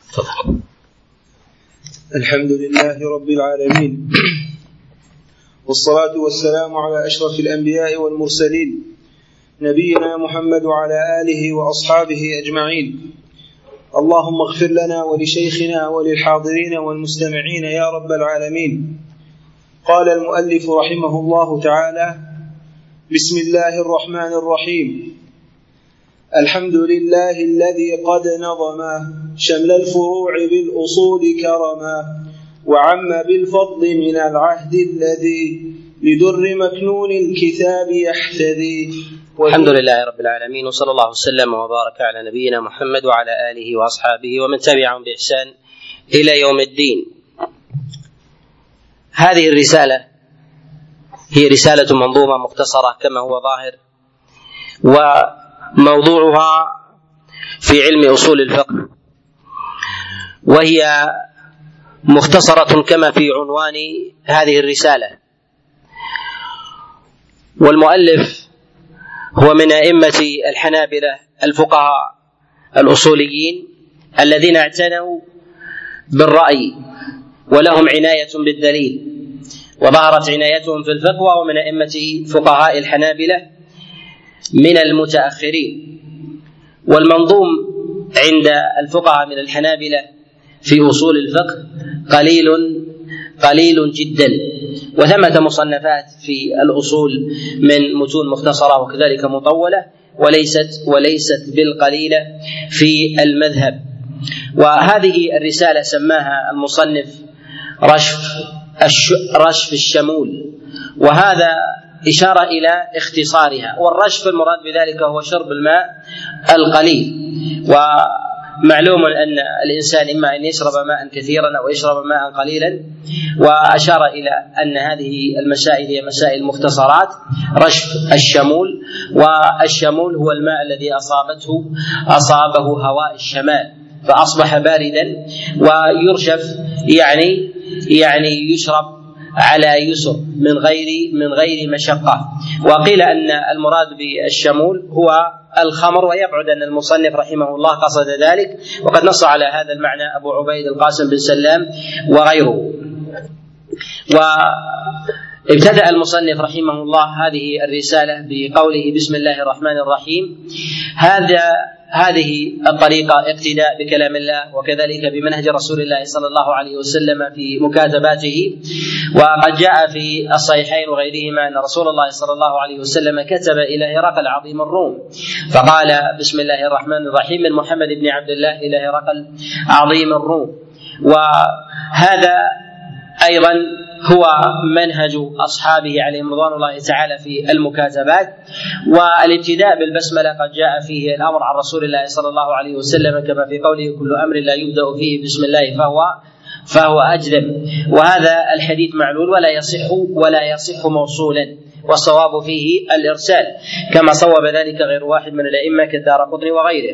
الحمد لله رب العالمين، والصلاة والسلام على أشرف الأنبياء والمرسلين نبينا محمد وعلى آله وأصحابه أجمعين. اللهم اغفر لنا ولشيخنا وللحاضرين والمستمعين يا رب العالمين. قال المؤلف رحمه الله تعالى: بسم الله الرحمن الرحيم. الحمد لله الذي قد نظم شمل الفروع بالأصول كرما، وعم بالفضل من العهد الذي لدر مكنون الكتاب يحتذي. الحمد لله رب العالمين، وصلى الله وسلم وبارك على نبينا محمد وعلى آله وأصحابه ومن تبعهم بإحسان إلى يوم الدين. هذه الرسالة هي رسالة منظومة مختصرة كما هو ظاهر، وموضوعها في علم أصول الفقه، وهي مختصرة كما في عنوان هذه الرسالة. والمؤلف هو من أئمة الحنابلة الفقهاء الأصوليين الذين اعتنوا بالرأي ولهم عناية بالدليل، وظهرت عنايتهم في الفقه، وهو من أئمة فقهاء الحنابلة من المتأخرين. والمنظوم عند الفقهاء من الحنابلة في أصول الفقه قليل جدا، وثمة مصنفات في الأصول من متون مختصرة وكذلك مطولة، وليست بالقليلة في المذهب. وهذه الرسالة سماها المصنف رشف الشمول، وهذا إشارة إلى اختصارها. والرشف المراد بذلك هو شرب الماء القليل، ومعلوم أن الإنسان إما أن يشرب ماء كثيرا أو يشرب ماء قليلا، وأشار إلى أن هذه المسائل هي مسائل مختصرات. رشف الشمول، والشمول هو الماء الذي أصابه هواء الشمال فأصبح باردا، ويرشف يعني يشرب على يسر من غير مشقة. وقيل أن المراد بالشمول هو الخمر، ويبعد أن المصنف رحمه الله قصد ذلك، وقد نص على هذا المعنى أبو عبيد القاسم بن سلام وغيره. وابتدأ المصنف رحمه الله هذه الرسالة بقوله: بسم الله الرحمن الرحيم. هذه الطريقة اقتداء بكلام الله وكذلك بمنهج رسول الله صلى الله عليه وسلم في مكاتباته. وقد جاء في الصحيحين وغيرهما أن رسول الله صلى الله عليه وسلم كتب إلى هرقل عظيم الروم فقال: بسم الله الرحمن الرحيم، من محمد بن عبد الله إلى هرقل عظيم الروم. وهذا أيضا هو منهج أصحابه عليهم رضوان الله تعالى في المكاتبات. والابتداء بالبسملة قد جاء فيه الأمر عن رسول الله صلى الله عليه وسلم، كما في قوله: كل أمر لا يبدأ فيه بسم الله فهو أجذب. وهذا الحديث معلول ولا يصح موصولا، والصواب فيه الإرسال، كما صوب ذلك غير واحد من الأئمة كالدارقطني وغيره.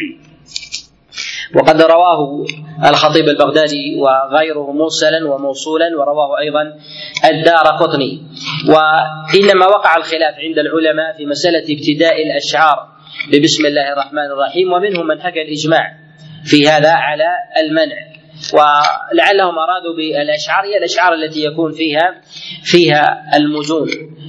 وقد رواه الخطيب البغدادي وغيره مرسلا وموصولا، ورواه أيضا الدارقطني. وإنما وقع الخلاف عند العلماء في مسألة ابتداء الأشعار ببسم الله الرحمن الرحيم، ومنهم من حكى الإجماع في هذا على المنع. ولعلهم أرادوا بالأشعار هي الأشعار التي يكون فيها المجون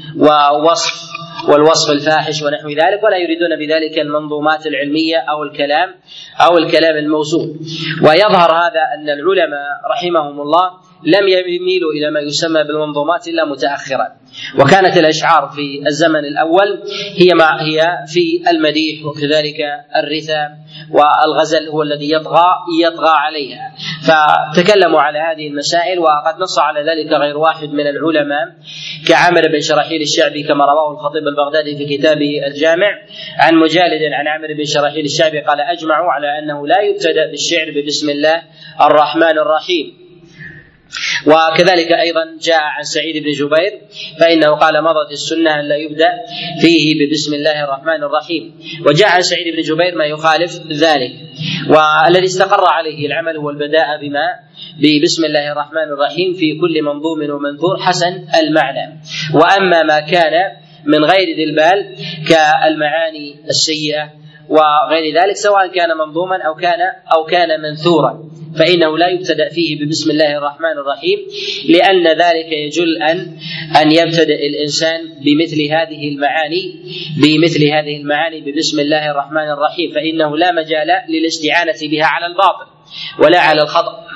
والوصف الفاحش ونحو ذلك، ولا يريدون بذلك المنظومات العلمية أو الكلام الموزون. ويظهر هذا أن العلماء رحمهم الله لم يميلوا إلى ما يسمى بالمنظومات إلا متأخرا، وكانت الأشعار في الزمن الأول هي في المديح وكذلك الرثا، والغزل هو الذي يطغى عليها. فتكلموا على هذه المسائل، وقد نص على ذلك غير واحد من العلماء كعامر بن شراحيل الشعبي، كما رواه الخطيب البغدادي في كتابه الجامع عن مجالد عن عامر بن شراحيل الشعبي قال: أجمعوا على أنه لا يبتدأ بالشعر ببسم الله الرحمن الرحيم. وكذلك أيضا جاء عن سعيد بن جبير فإنه قال: مضت السنة أن لا يبدأ فيه ببسم الله الرحمن الرحيم. وجاء عن سعيد بن جبير ما يخالف ذلك، والذي استقر عليه العمل هو البداء ببسم الله الرحمن الرحيم في كل منظوم ومنثور حسن المعنى. وأما ما كان من غير ذي البال كالمعاني السيئة وغير ذلك، سواء كان منظوما أو كان منثورا، فإنه لا يبتدأ فيه ببسم الله الرحمن الرحيم، لأن ذلك يجل أن يبتدأ الإنسان بمثل هذه المعاني ببسم الله الرحمن الرحيم، فإنه لا مجال للاستعانة بها على الباطل ولا على الخطأ.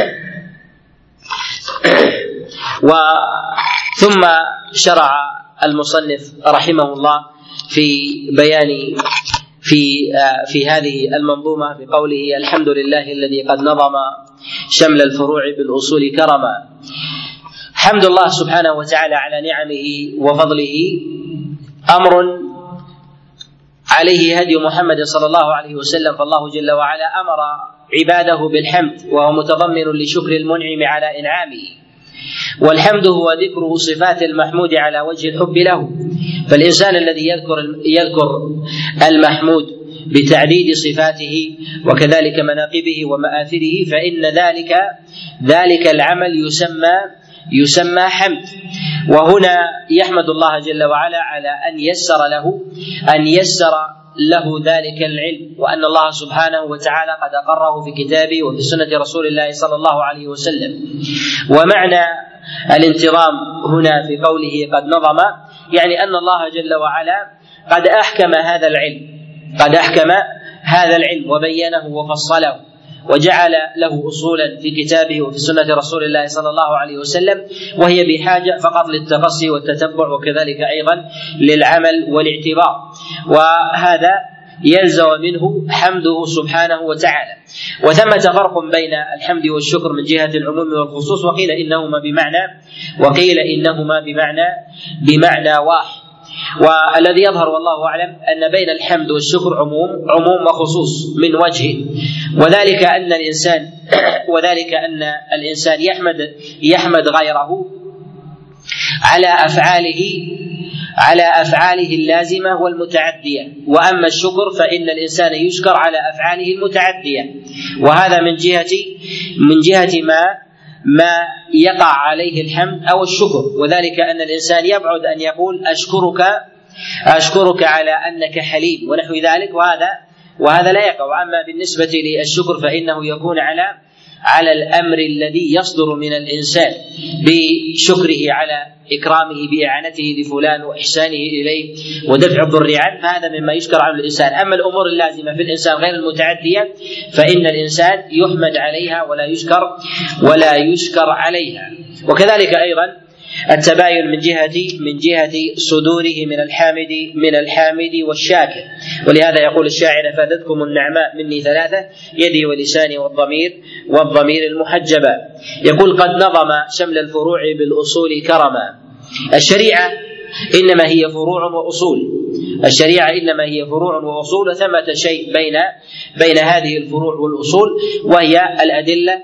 ثم شرع المصنف رحمه الله في بيان في هذه المنظومة بقوله: الحمد لله الذي قد نظم شمل الفروع بالأصول كرما. حمد الله سبحانه وتعالى على نعمه وفضله أمر عليه هدي محمد صلى الله عليه وسلم، فالله جل وعلا أمر عباده بالحمد، وهو متضمن لشكر المنعم على إنعامه. والحمد هو ذكر صفات المحمود على وجه الحب له، فالإنسان الذي يذكر المحمود بتعديد صفاته وكذلك مناقبه ومآثره، فإن ذلك العمل يسمى حمد. وهنا يحمد الله جل وعلا على أن يسر له ذلك العلم، وأن الله سبحانه وتعالى قد أقره في كتابه وفي سنة رسول الله صلى الله عليه وسلم. ومعنى الانتظام هنا في قوله قد نظم، يعني أن الله جل وعلا قد أحكم هذا العلم وبينه وفصله وجعل له أصولا في كتابه وفي سنة رسول الله صلى الله عليه وسلم، وهي بحاجة فقط للتقصي والتتبع وكذلك أيضا للعمل والاعتبار، وهذا يلزم منه حمده سبحانه وتعالى. وثمة فرق بين الحمد والشكر من جهة العموم والخصوص، وقيل إنهما بمعنى واحد. والذي يظهر والله أعلم أن بين الحمد والشكر عموم وخصوص من وجه، وذلك أن الإنسان يحمد غيره على أفعاله اللازمة والمتعدية، وأما الشكر فإن الإنسان يشكر على أفعاله المتعدية، وهذا من جهة ما يقع عليه الحمد أو الشكر، وذلك أن الإنسان يبعد أن يقول أشكرك على أنك حليم ونحو ذلك، وهذا لا يقع. أما بالنسبة للشكر فإنه يكون على الأمر الذي يصدر من الإنسان بشكره على إكرامه بإعانته لفلان وإحسانه إليه ودفع الضر عنه، فهذا مما يشكر على الإنسان. أما الأمور اللازمة في الإنسان غير المتعدية فإن الإنسان يحمد عليها ولا يشكر عليها. وكذلك أيضا التباين من جهة صدوره من الحامد والشاكر، ولهذا يقول الشاعر: فاتتكم النعماء مني ثلاثة، يدي ولساني والضمير المحجبة. يقول: قد نظم شمل الفروع بالأصول كرما. الشريعة إنما هي فروع وأصول، وثمة شيء بين هذه الفروع والأصول، وهي الأدلة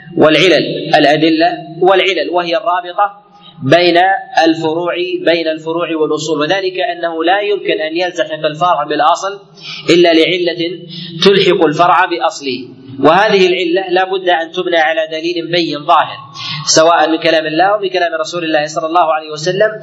والعلل، وهي الرابطة بين الفروع والأصول، وذلك أنه لا يمكن أن يلتحق الفرع بالأصل إلا لعلة تلحق الفرع بأصله، وهذه العلة لا بد أن تبنى على دليل بين ظاهر، سواء من كلام الله ومن كلام رسول الله صلى الله عليه وسلم،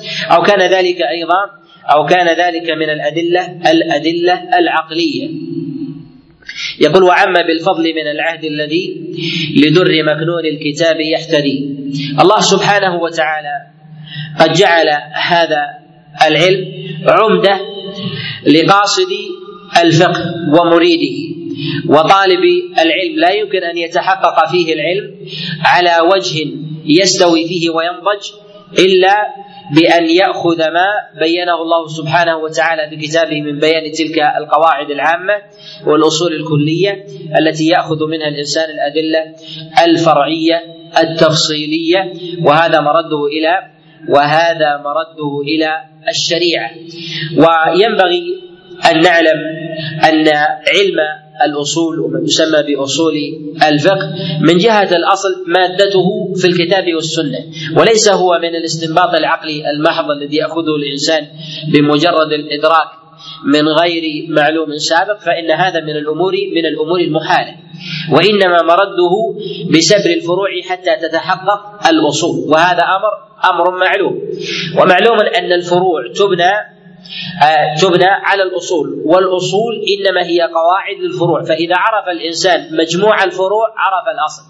أو كان ذلك من الأدلة العقلية. يقول: وعم بالفضل من العهد الذي لدر مكنون الكتاب يحتدي. الله سبحانه وتعالى قد جعل هذا العلم عمدة لقاصد الفقه ومريده، وطالب العلم لا يمكن أن يتحقق فيه العلم على وجه يستوي فيه وينضج إلا بأن يأخذ ما بينه الله سبحانه وتعالى في كتابه من بيان تلك القواعد العامة والأصول الكلية التي يأخذ منها الإنسان الأدلة الفرعية التفصيلية، وهذا مرده إلى الشريعة. وينبغي أن نعلم أن علم الأصول وما يسمى بأصول الفقه من جهة الأصل مادته في الكتاب والسنة، وليس هو من الاستنباط العقلي المحض الذي يأخذه الإنسان بمجرد الإدراك من غير معلوم سابق، فإن هذا من الأمور المحالة، وإنما مرده بسبر الفروع حتى تتحقق الأصول، وهذا أمر معلوم. ومعلوم أن الفروع تبنى على الأصول، والأصول إنما هي قواعد للفروع. فإذا عرف الإنسان مجموع الفروع عرف الأصل،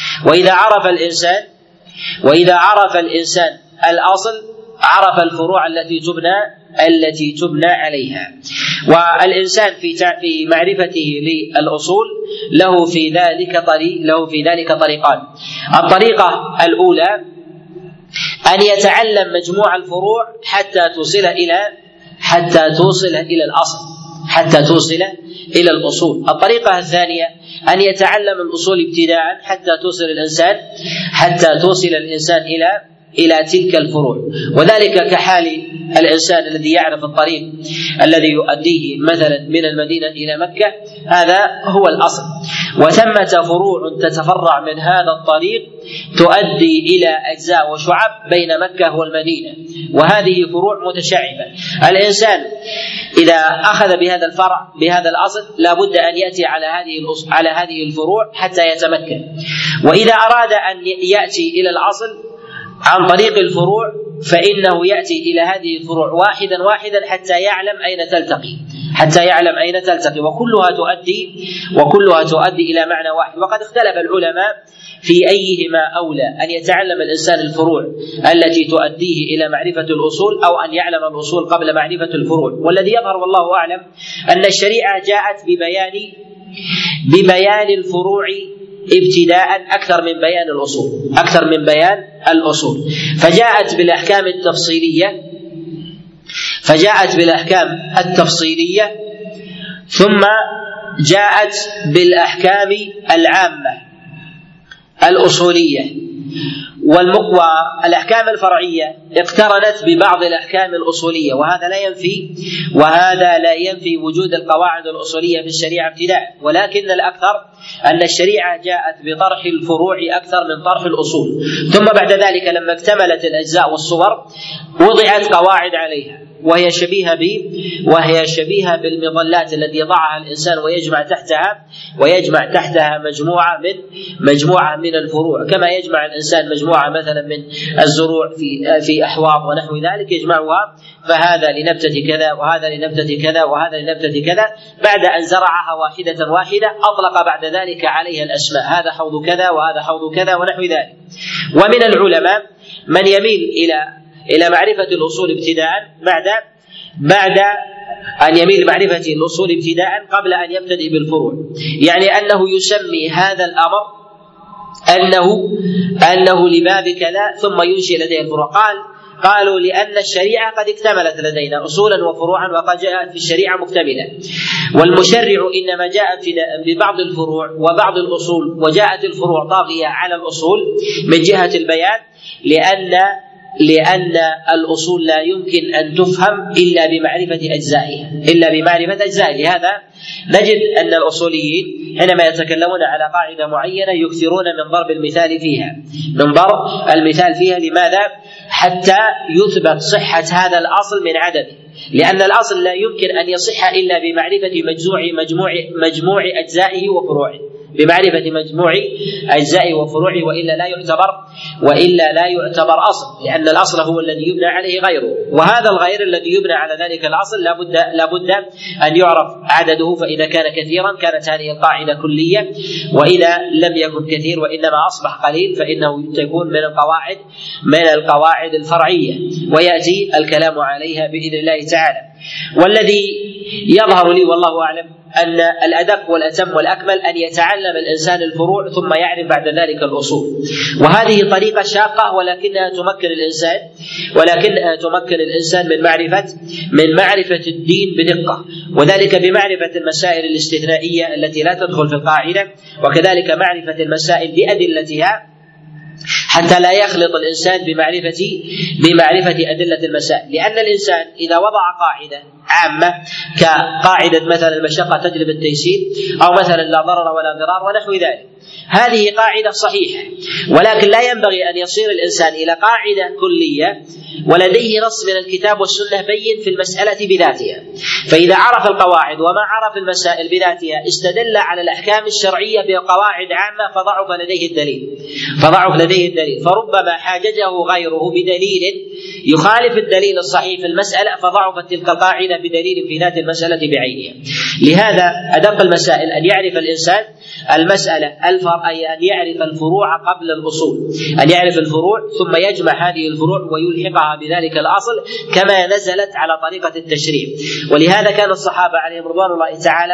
وإذا عرف الإنسان الأصل عرف الفروع التي تبنى عليها. والإنسان في معرفته للأصول له في ذلك طريقان. الطريقة الأولى أن يتعلم مجموع الفروع حتى توصل إلى الأصول. الطريقة الثانية أن يتعلم الأصول ابتداء حتى توصل الإنسان إلى تلك الفروع. وذلك كحال الإنسان الذي يعرف الطريق الذي يؤديه مثلا من المدينة إلى مكة، هذا هو الأصل، وثمة فروع تتفرع من هذا الطريق تؤدي إلى أجزاء وشعب بين مكة والمدينة، وهذه فروع متشعبة. الإنسان إذا أخذ بهذا الفرع بهذا الأصل لابد أن يأتي على هذه الفروع حتى يتمكن. وإذا أراد أن يأتي إلى الأصل عن طريق الفروع فإنه يأتي إلى هذه الفروع واحدا حتى يعلم أين تلتقي، وكلها تؤدي إلى معنى واحد. وقد اختلف العلماء في أيهما أولى، أن يتعلم الإنسان الفروع التي تؤديه إلى معرفة الأصول، أو أن يعلم الأصول قبل معرفة الفروع. والذي يظهر والله أعلم أن الشريعة جاءت ببيان الفروع ابتداء أكثر من بيان الأصول، فجاءت بالأحكام التفصيلية ثم جاءت بالأحكام العامة الأصولية، والأحكام الفرعية اقترنت ببعض الأحكام الأصولية، وهذا لا ينفي وجود القواعد الأصولية في الشريعة ابتداء، ولكن الأكثر أن الشريعة جاءت بطرح الفروع أكثر من طرح الأصول. ثم بعد ذلك لما اكتملت الأجزاء والصور وضعت قواعد عليها، وهي شبيهة بالمظلات التي يضعها الإنسان ويجمع تحتها مجموعة من الفروع، كما يجمع الإنسان مجموعة مثلا من الزروع في أحواض ونحو ذلك يجمعها، فهذا لنبتة كذا وهذا لنبتة كذا وهذا لنبتة كذا، بعد أن زرعها واحدة أطلق بعد ذلك عليها الأسماء، هذا حوض كذا وهذا حوض كذا ونحو ذلك. ومن العلماء من يميل إلى معرفة الأصول ابتداء بعد أن يميل معرفة الأصول ابتداء قبل أن يبتدئ بالفروع، يعني أنه يسمي هذا الأمر أنه لباب كذا ثم ينشئ لديه الفروع. قالوا لأن الشريعة قد اكتملت لدينا أصولا وفروعا، وقد جاءت في الشريعة مكتملة، والمشرع إنما جاء ببعض الفروع وبعض الأصول، وجاءت الفروع طاغية على الأصول من جهة البيان، لأن الأصول لا يمكن أن تفهم إلا بمعرفة أجزائها. لهذا نجد أن الأصوليين حينما يتكلمون على قاعدة معينة يكثرون من ضرب المثال فيها. لماذا؟ حتى يثبت صحة هذا الأصل من عدمه، لأن الأصل لا يمكن أن يصح إلا بمعرفة مجموع أجزائه وفروعه، وإلا لا يعتبر أصل، لأن الأصل هو الذي يبنى عليه غيره، وهذا الغير الذي يبنى على ذلك الأصل لابد أن يعرف عدده، فإذا كان كثيرا كانت هذه القاعدة كلية، وإذا لم يكن كثير وإنما أصبح قليل فإنه تكون من القواعد الفرعية، ويأتي الكلام عليها بإذن الله تعالى. والذي يظهر لي والله أعلم أن الأدق والأتم والأكمل أن يتعلم الإنسان الفروع ثم يعرف بعد ذلك الأصول، وهذه طريقة شاقة ولكنها تمكن الإنسان من معرفة الدين بدقة، وذلك بمعرفة المسائل الاستثنائية التي لا تدخل في القاعدة، وكذلك معرفة المسائل بأدلتها حتى لا يخلط الإنسان بمعرفة أدلة المسائل. لأن الإنسان إذا وضع قاعدة عامة كقاعدة مثلا المشقة تجلب التيسير، أو مثلا لا ضرر ولا ضرار ونحو ذلك، هذه قاعدة صحيحة، ولكن لا ينبغي أن يصير الإنسان إلى قاعدة كلية ولديه نص من الكتاب والسنة بين في المسألة بذاتها. فإذا عرف القواعد وما عرف المسائل بذاتها استدل على الأحكام الشرعية بقواعد عامة فضعف لديه الدليل، فربما حاججه غيره بدليل يخالف الدليل الصحيح في المسألة فضعفت تلك القاعدة بدليل في ذات المسألة بعينها. لهذا أدق المسائل أن يعرف الإنسان المسألة أي أن يعرف الفروع قبل الأصول، أن يعرف الفروع ثم يجمع هذه الفروع ويلحقها بذلك الأصل كما نزلت على طريقة التشريع. ولهذا كان الصحابة عليهم رضوان الله تعالى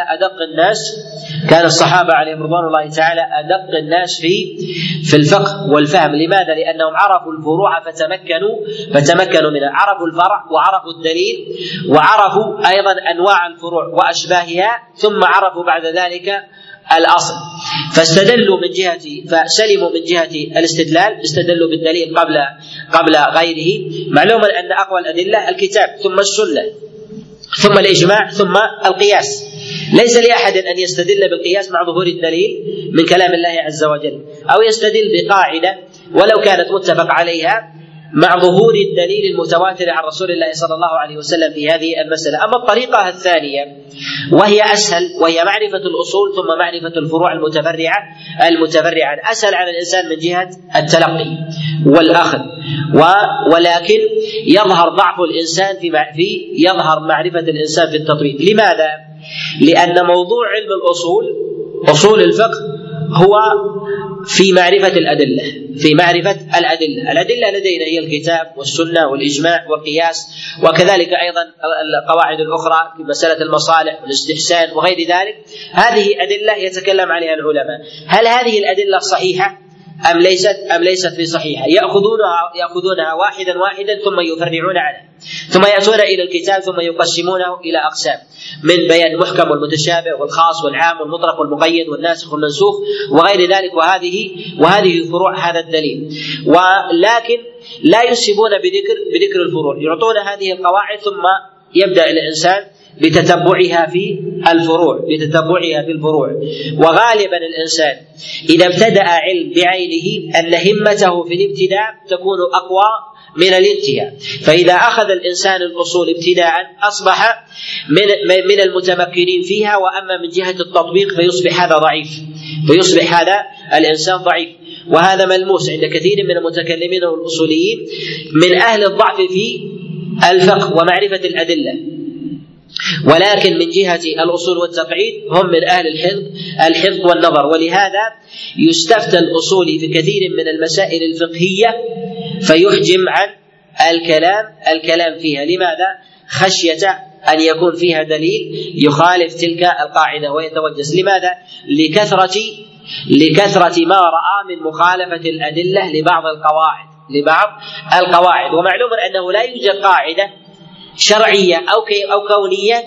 أدق الناس في الفقه والفهم. لماذا؟ لأنهم عرفوا الفروع فتمكنوا منها، عرفوا الفرع وعرفوا الدليل وعرفوا أيضا أنواع الفروع وأشباهها، ثم عرفوا بعد ذلك الأصل، فسلموا من جهة الاستدلال، استدلوا بالدليل قبل غيره. معلوم أن أقوى الأدلة الكتاب ثم السنة ثم الإجماع ثم القياس. ليس لأحد أن يستدل بالقياس مع ظهور الدليل من كلام الله عز وجل، أو يستدل بقاعدة ولو كانت متفق عليها مع ظهور الدليل المتواتر عن رسول الله صلى الله عليه وسلم في هذه المسألة. أما الطريقة الثانية وهي أسهل، وهي معرفة الأصول ثم معرفة الفروع المتفرعة أسهل على الإنسان من جهة التلقي والأخذ، ولكن يظهر ضعف الإنسان يظهر معرفة الإنسان في التطبيق. لماذا؟ لأن موضوع علم أصول الفقه هو في معرفة الأدلة لدينا هي الكتاب والسنة والإجماع والقياس، وكذلك أيضا القواعد الأخرى في مسألة المصالح والاستحسان وغير ذلك. هذه أدلة يتكلم عليها العلماء، هل هذه الأدلة صحيحة أم ليست في صحيحة؟ يأخذونها واحدا ثم يفرعون عنها، ثم يأتون إلى الكتاب ثم يقسمونه إلى أقسام من بيان المحكم والمتشابه والخاص والعام والمطلق والمقيد والناسخ والمنسوخ وغير ذلك، وهذه فروع هذا الدليل. ولكن لا يسيبون بذكر الفروع، يعطون هذه القواعد ثم يبدأ الإنسان بتتبعها في الفروع. وغالبا الإنسان إذا ابتدأ علم بعينه أن همته في الابتداء تكون أقوى من الانتهاء، فإذا أخذ الإنسان الأصول ابتداء أصبح من المتمكنين فيها، وأما من جهة التطبيق فيصبح هذا الإنسان ضعيف. وهذا ملموس عند كثير من المتكلمين والأصوليين من أهل الضعف في الفقه ومعرفة الأدلة، ولكن من جهة الأصول والتقعيد هم من أهل الحفظ والنظر. ولهذا يستفتى الأصولي في كثير من المسائل الفقهية فيحجم عن الكلام فيها. لماذا؟ خشية أن يكون فيها دليل يخالف تلك القاعدة ويتوجس. لماذا؟ لكثرة ما رأى من مخالفة الأدلة لبعض القواعد. ومعلوم أنه لا يوجد قاعدة شرعية أو كونية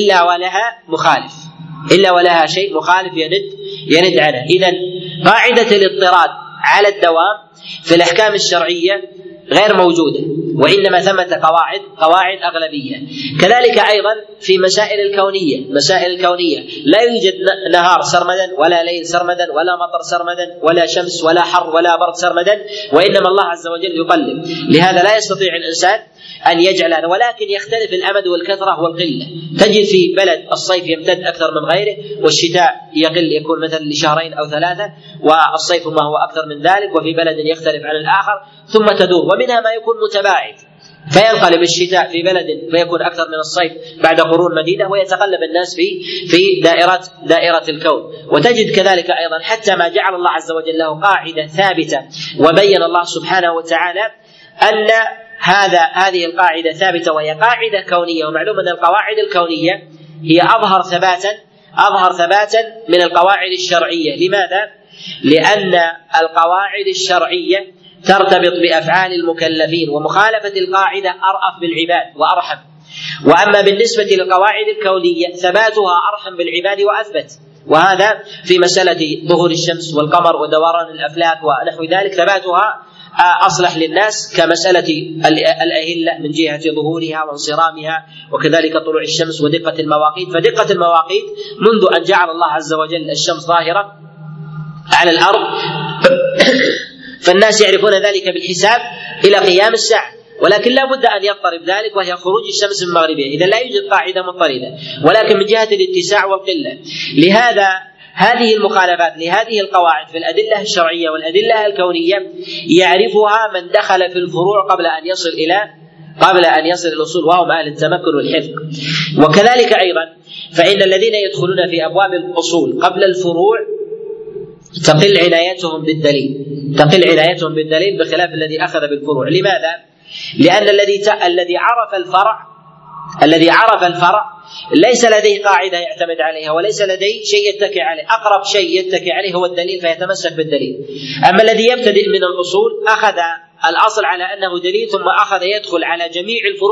إلا ولها شيء مخالف يند عنها. إذن قاعدة الاضطراد على الدوام في الأحكام الشرعية غير موجودة، وإنما ثمة قواعد أغلبية. كذلك أيضا في مسائل الكونية لا يوجد نهار سرمدا ولا ليل سرمدا ولا مطر سرمدا ولا شمس ولا حر ولا برد سرمدا، وإنما الله عز وجل يقلب. لهذا لا يستطيع الإنسان أن يجعل هذا، ولكن يختلف الأمد والكثرة والقلة. تجد في بلد الصيف يمتد أكثر من غيره، والشتاء يقل يكون مثلا لشهرين أو 3، والصيف ما هو أكثر من ذلك، وفي بلد يختلف عن الآخر، ثم تدور. ومنها ما يكون متباعد فينقلب الشتاء في بلد فيكون أكثر من الصيف بعد قرون مديدة، ويتقلب الناس في دائرة الكون. وتجد كذلك أيضا حتى ما جعل الله عز وجل له قاعدة ثابتة، وبين الله سبحانه وتعالى أن هذه القاعدة ثابتة وهي قاعدة كونية. ومعلوم أن القواعد الكونية هي أظهر ثباتا من القواعد الشرعية. لماذا؟ لأن القواعد الشرعية ترتبط بأفعال المكلفين، ومخالفة القاعدة أرأف بالعباد وأرحم. وأما بالنسبة للقواعد الكونية ثباتها أرحم بالعباد وأثبت، وهذا في مسألة ظهور الشمس والقمر ودوران الأفلاك ونحو ذلك ثباتها أصلح للناس كمسألة الأهلة من جهة ظهورها وانصرامها، وكذلك طلوع الشمس ودقة المواقيت. فدقة المواقيت منذ أن جعل الله عز وجل الشمس ظاهرة على الأرض فالناس يعرفون ذلك بالحساب إلى قيام الساعة، ولكن لا بد أن يضطرب ذلك وهي خروج الشمس من مغربها، إذا لا يوجد قاعدة مضطردة، ولكن من جهة الاتساع والقلة. لهذا هذه المخالفات لهذه القواعد في الأدلة الشرعية والأدلة الكونية يعرفها من دخل في الفروع قبل أن يصل إلى الأصول، وهم أهل التمكن والحفظ. وكذلك أيضا فإن الذين يدخلون في أبواب الأصول قبل الفروع تقل عنايتهم بالدليل بخلاف الذي أخذ بالفروع. لماذا؟ لأن الذي عرف الفرع ليس لديه قاعدة يعتمد عليها وليس لديه شيء يتكئ عليه، أقرب شيء يتكئ عليه هو الدليل فيتمسك بالدليل. أما الذي يبتدئ من الأصول أخذ الأصل على أنه دليل ثم أخذ يدخل على جميع الفروع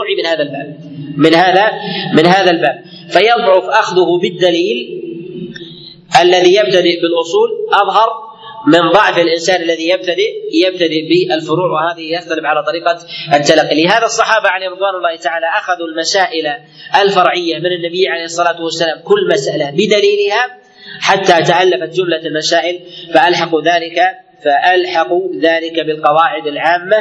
من هذا الباب فيضعف أخذه بالدليل الذي يبتدئ بالأصول أظهر من ضعف الإنسان الذي يبتدئ بالفروع، وهذه يختلف على طريقة التلقي. لهذا الصحابة عليهم رضوان الله تعالى أخذوا المسائل الفرعية من النبي عليه الصلاة والسلام كل مسألة بدليلها حتى تألفت جملة المسائل، فألحقوا ذلك بالقواعد العامة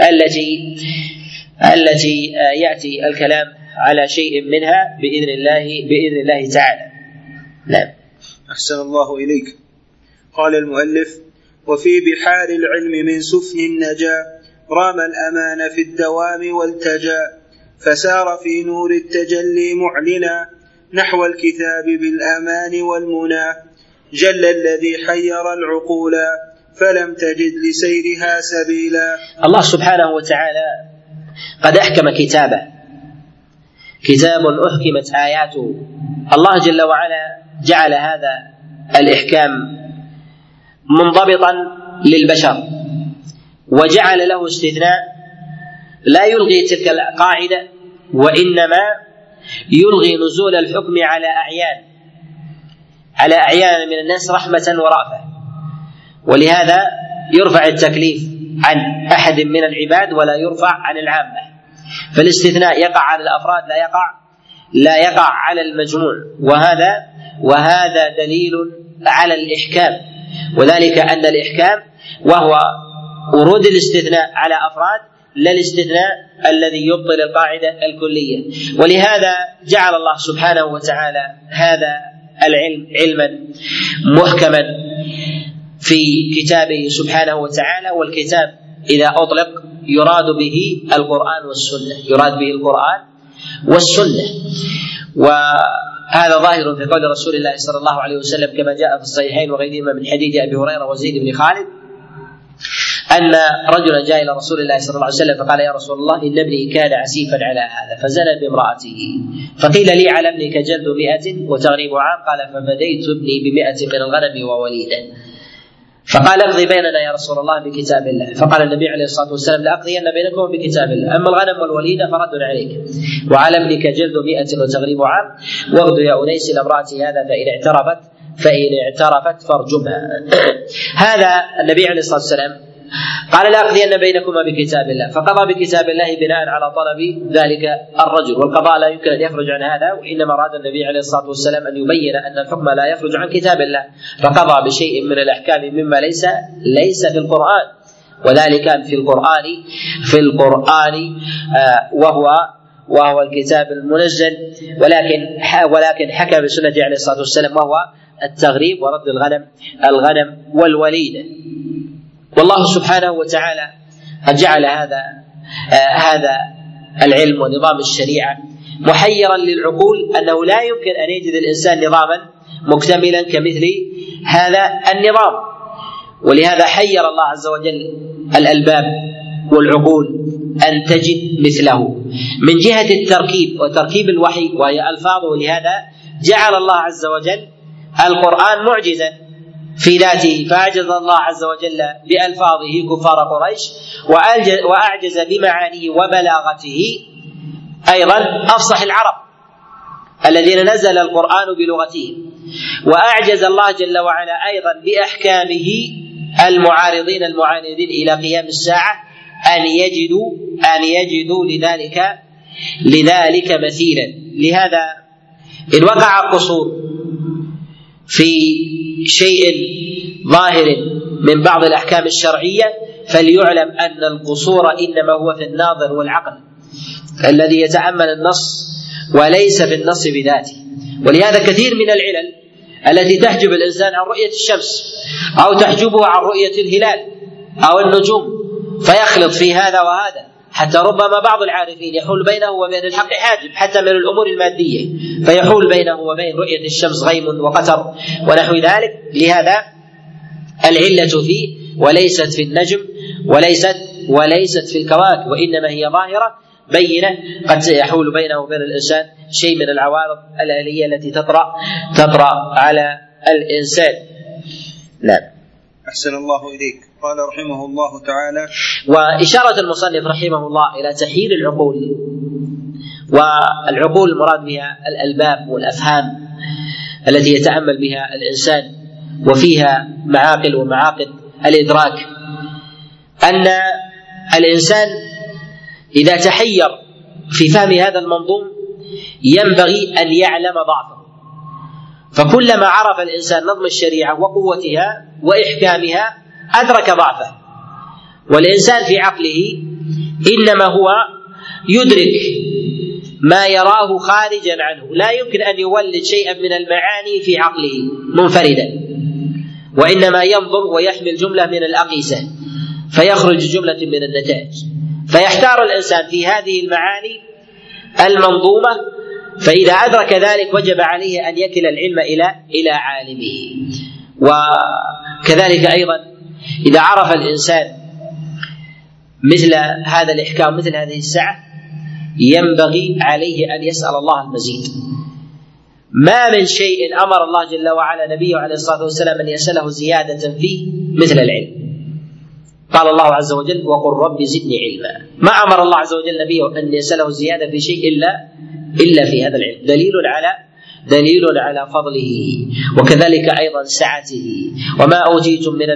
التي يأتي الكلام على شيء منها بإذن الله تعالى. نعم. أحسن الله إليك. قال المؤلف: وفي بحار العلم من سفن النجا رام الأمان في الدوام والتجا، فسار في نور التجلي معلنا نحو الكتاب بالأمان والمنى، جل الذي حير العقول فلم تجد لسيرها سبيلا. الله سبحانه وتعالى قد أحكم كتابه، كتاب أحكمت آياته. الله جل وعلا جعل هذا الإحكام منضبطا للبشر، وجعل له استثناء لا يلغي تلك القاعدة، وإنما يلغي نزول الحكم على أعيان من الناس رحمة ورأفة، ولهذا يرفع التكليف عن أحد من العباد ولا يرفع عن العامة، فالاستثناء يقع على الأفراد لا يقع على المجموع، وهذا دليل على الإحكام، وذلك أن الإحكام وهو ورود الاستثناء على أفراد لا الاستثناء الذي يبطل القاعدة الكلية. ولهذا جعل الله سبحانه وتعالى هذا العلم علما محكما في كتابه سبحانه وتعالى، والكتاب إذا أطلق يراد به القرآن والسنة، وهذا ظاهر في قول رسول الله صلى الله عليه وسلم كما جاء في الصحيحين وغيرهما من حديث أبي هريرة وزيد بن خالد أن رجلا جاء إلى رسول الله صلى الله عليه وسلم فقال: يا رسول الله إن ابني كان عسيفا على هذا فزنى بامرأته، فقيل لي: على ابنك جلد 100 وتغريب عام؟ قال: ففديت ابني ب100 من الغنم ووليده. فقال: اقضي بيننا يا رسول الله بكتاب الله. فقال النبي عليه الصلاة والسلام: لأقضين بينكم بكتاب الله، أما الغنم والوليدة فرد عليك، وعلى ابنك جلد 100 وتغريب عام، واغد يا أنيس لامرأتي هذا فإن اعترفت فارجمها. هذا النبي عليه الصلاة والسلام قال: لأقضين بينكما بكتاب الله، فقضى بكتاب الله بناء على طلب ذلك الرجل، والقضاء لا يمكن أن يخرج عن هذا، وإنما أراد النبي عليه الصلاة والسلام أن يبين أن الحكم لا يخرج عن كتاب الله، فقضى بشيء من الأحكام مما ليس في القرآن، وذلك في القرآن وهو الكتاب المنزل، ولكن حكى بسنة عليه الصلاة والسلام وهو التغريب ورد الغنم والوليدة. والله سبحانه وتعالى قد جعل هذا العلم ونظام الشريعة محيرا للعقول، أنه لا يمكن أن يجد الإنسان نظاما مكتملا كمثل هذا النظام، ولهذا حير الله عز وجل الألباب والعقول أن تجد مثله من جهة التركيب وتركيب الوحي وهي ألفاظه. ولهذا جعل الله عز وجل القرآن معجزا في ذاته، فأعجز الله عز وجل بألفاظه كفار قريش، وأعجز بمعانيه وبلاغته أيضا أفصح العرب الذين نزل القرآن بلغتهم، وأعجز الله جل وعلا أيضا بأحكامه المعارضين المعاندين إلى قيام الساعة أن يجدوا لذلك مثيلا. لهذا إن وقع القصور في شيء ظاهر من بعض الأحكام الشرعية فليعلم أن القصور إنما هو في الناظر والعقل الذي يتأمل النص وليس في النص بذاته. ولهذا كثير من العلل التي تحجب الإنسان عن رؤية الشمس أو تحجبه عن رؤية الهلال أو النجوم فيخلط في هذا وهذا، حتى ربما بعض العارفين يحول بينه وبين الحق حاجب حتى من الأمور المادية، فيحول بينه وبين رؤية الشمس غيم وقتر ونحو ذلك. لهذا العلة فيه وليست في النجم وليست في الكواكب، وإنما هي ظاهرة بينة قد يحول بينه وبين الإنسان شيء من العوارض الآلية التي تطرأ على الإنسان. نعم. أحسن الله إليك. قال رحمه الله تعالى: وإشارة المصنف رحمه الله إلى تحيير العقول، والعقول المراد بها الألباب والأفهام التي يتأمل بها الإنسان وفيها معاقل ومعاقد الإدراك، أن الإنسان إذا تحير في فهم هذا المنظوم ينبغي أن يعلم ضعفه، فكلما عرف الإنسان نظم الشريعة وقوتها وإحكامها أدرك ضعفه. والإنسان في عقله إنما هو يدرك ما يراه خارجا عنه، لا يمكن أن يولد شيئا من المعاني في عقله منفردا، وإنما ينظر ويحمل جملة من الأقيسة فيخرج جملة من النتائج، فيحتار الإنسان في هذه المعاني المنظومة، فإذا أدرك ذلك وجب عليه أن يكل العلم إلى عالمه. وكذلك أيضا إذا عرف الإنسان مثل هذا الإحكام مثل هذه السعة ينبغي عليه أن يسأل الله المزيد. ما من شيء أمر الله جل وعلا نبيه عليه الصلاة والسلام أن يسأله زيادة فيه مثل العلم. قال الله عز وجل: وقل رب زدني علما. ما أمر الله عز وجل نبيه أن يسأله زيادة في شيء إلا في هذا العلم، دليل على فضله، وكذلك أيضا سعته. وما أوتيتم من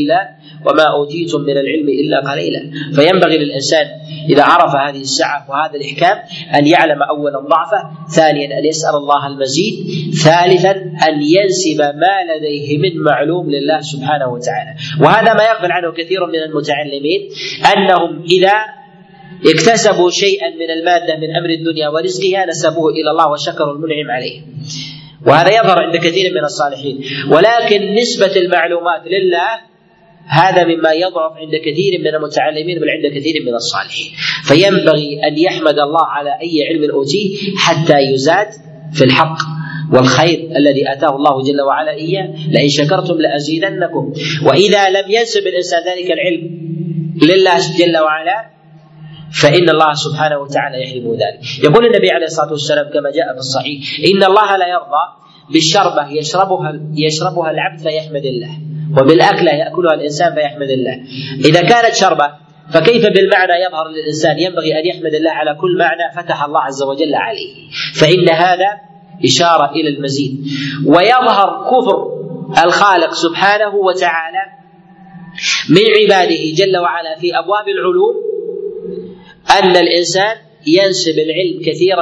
العلم إلا قليلا. فينبغي للإنسان إذا عرف هذه السعة وهذا الإحكام أن يعلم أولا ضعفه، ثانيا أن يسأل الله المزيد، ثالثا أن ينسب ما لديه من معلوم لله سبحانه وتعالى. وهذا ما يغفل عنه كثير من المتعلمين، أنهم إذا اكتسبوا شيئا من المادة من أمر الدنيا ورزقها نسبوه إلى الله وشكروا المنعم عليه، وهذا يظهر عند كثير من الصالحين. ولكن نسبة المعلومات لله هذا مما يضعف عند كثير من المتعلمين بل عند كثير من الصالحين. فينبغي أن يحمد الله على أي علم أوتيه حتى يزاد في الحق والخير الذي آتاه الله جل وعلا إياه، لئن شكرتم لأزيدنكم. وإذا لم ينسب الإنسان ذلك العلم لله جل وعلا فإن الله سبحانه وتعالى يحرمه ذلك. يقول النبي عليه الصلاة والسلام كما جاء في الصحيح: إن الله لا يرضى بالشربة يشربها العبد فيحمد الله، وبالأكلة يأكلها الإنسان فيحمد الله. إذا كانت شربة فكيف بالمعنى يظهر للإنسان؟ ينبغي أن يحمد الله على كل معنى فتح الله عز وجل عليه، فإن هذا إشارة إلى المزيد. ويظهر كفر الخالق سبحانه وتعالى من عباده جل وعلا في أبواب العلوم أن الإنسان ينسب العلم كثيرا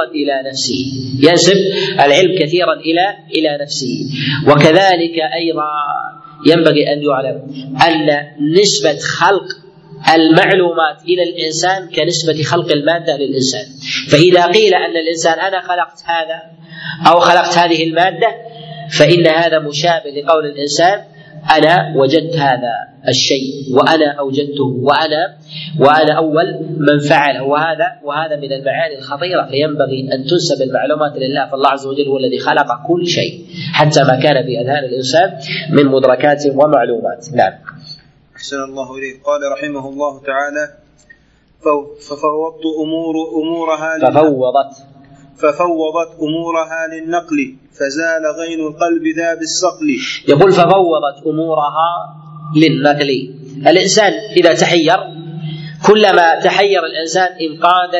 إلى نفسه. وكذلك أيضا ينبغي أن يعلم أن نسبة خلق المعلومات إلى الإنسان كنسبة خلق المادة للإنسان. فإذا قيل أن الإنسان أنا خلقت هذا أو خلقت هذه المادة فإن هذا مشابه لقول الإنسان أنا وجدت هذا الشيء وأنا أوجدته وأنا أول من فعله، وهذا من المعاني الخطيرة. فينبغي أن تنسب المعلومات لله، فالله عز وجل هو الذي خلق كل شيء حتى ما كان في أذهان الإنسان من مدركات ومعلومات. نعم. أحسن الله إليك. قال رحمه الله تعالى: ففوضت أمورها للنقل فزال غين القلب ذا بالصقل. يقول ففوضت أمورها للنقل. الإنسان إذا تحير، كلما تحير الإنسان انقاد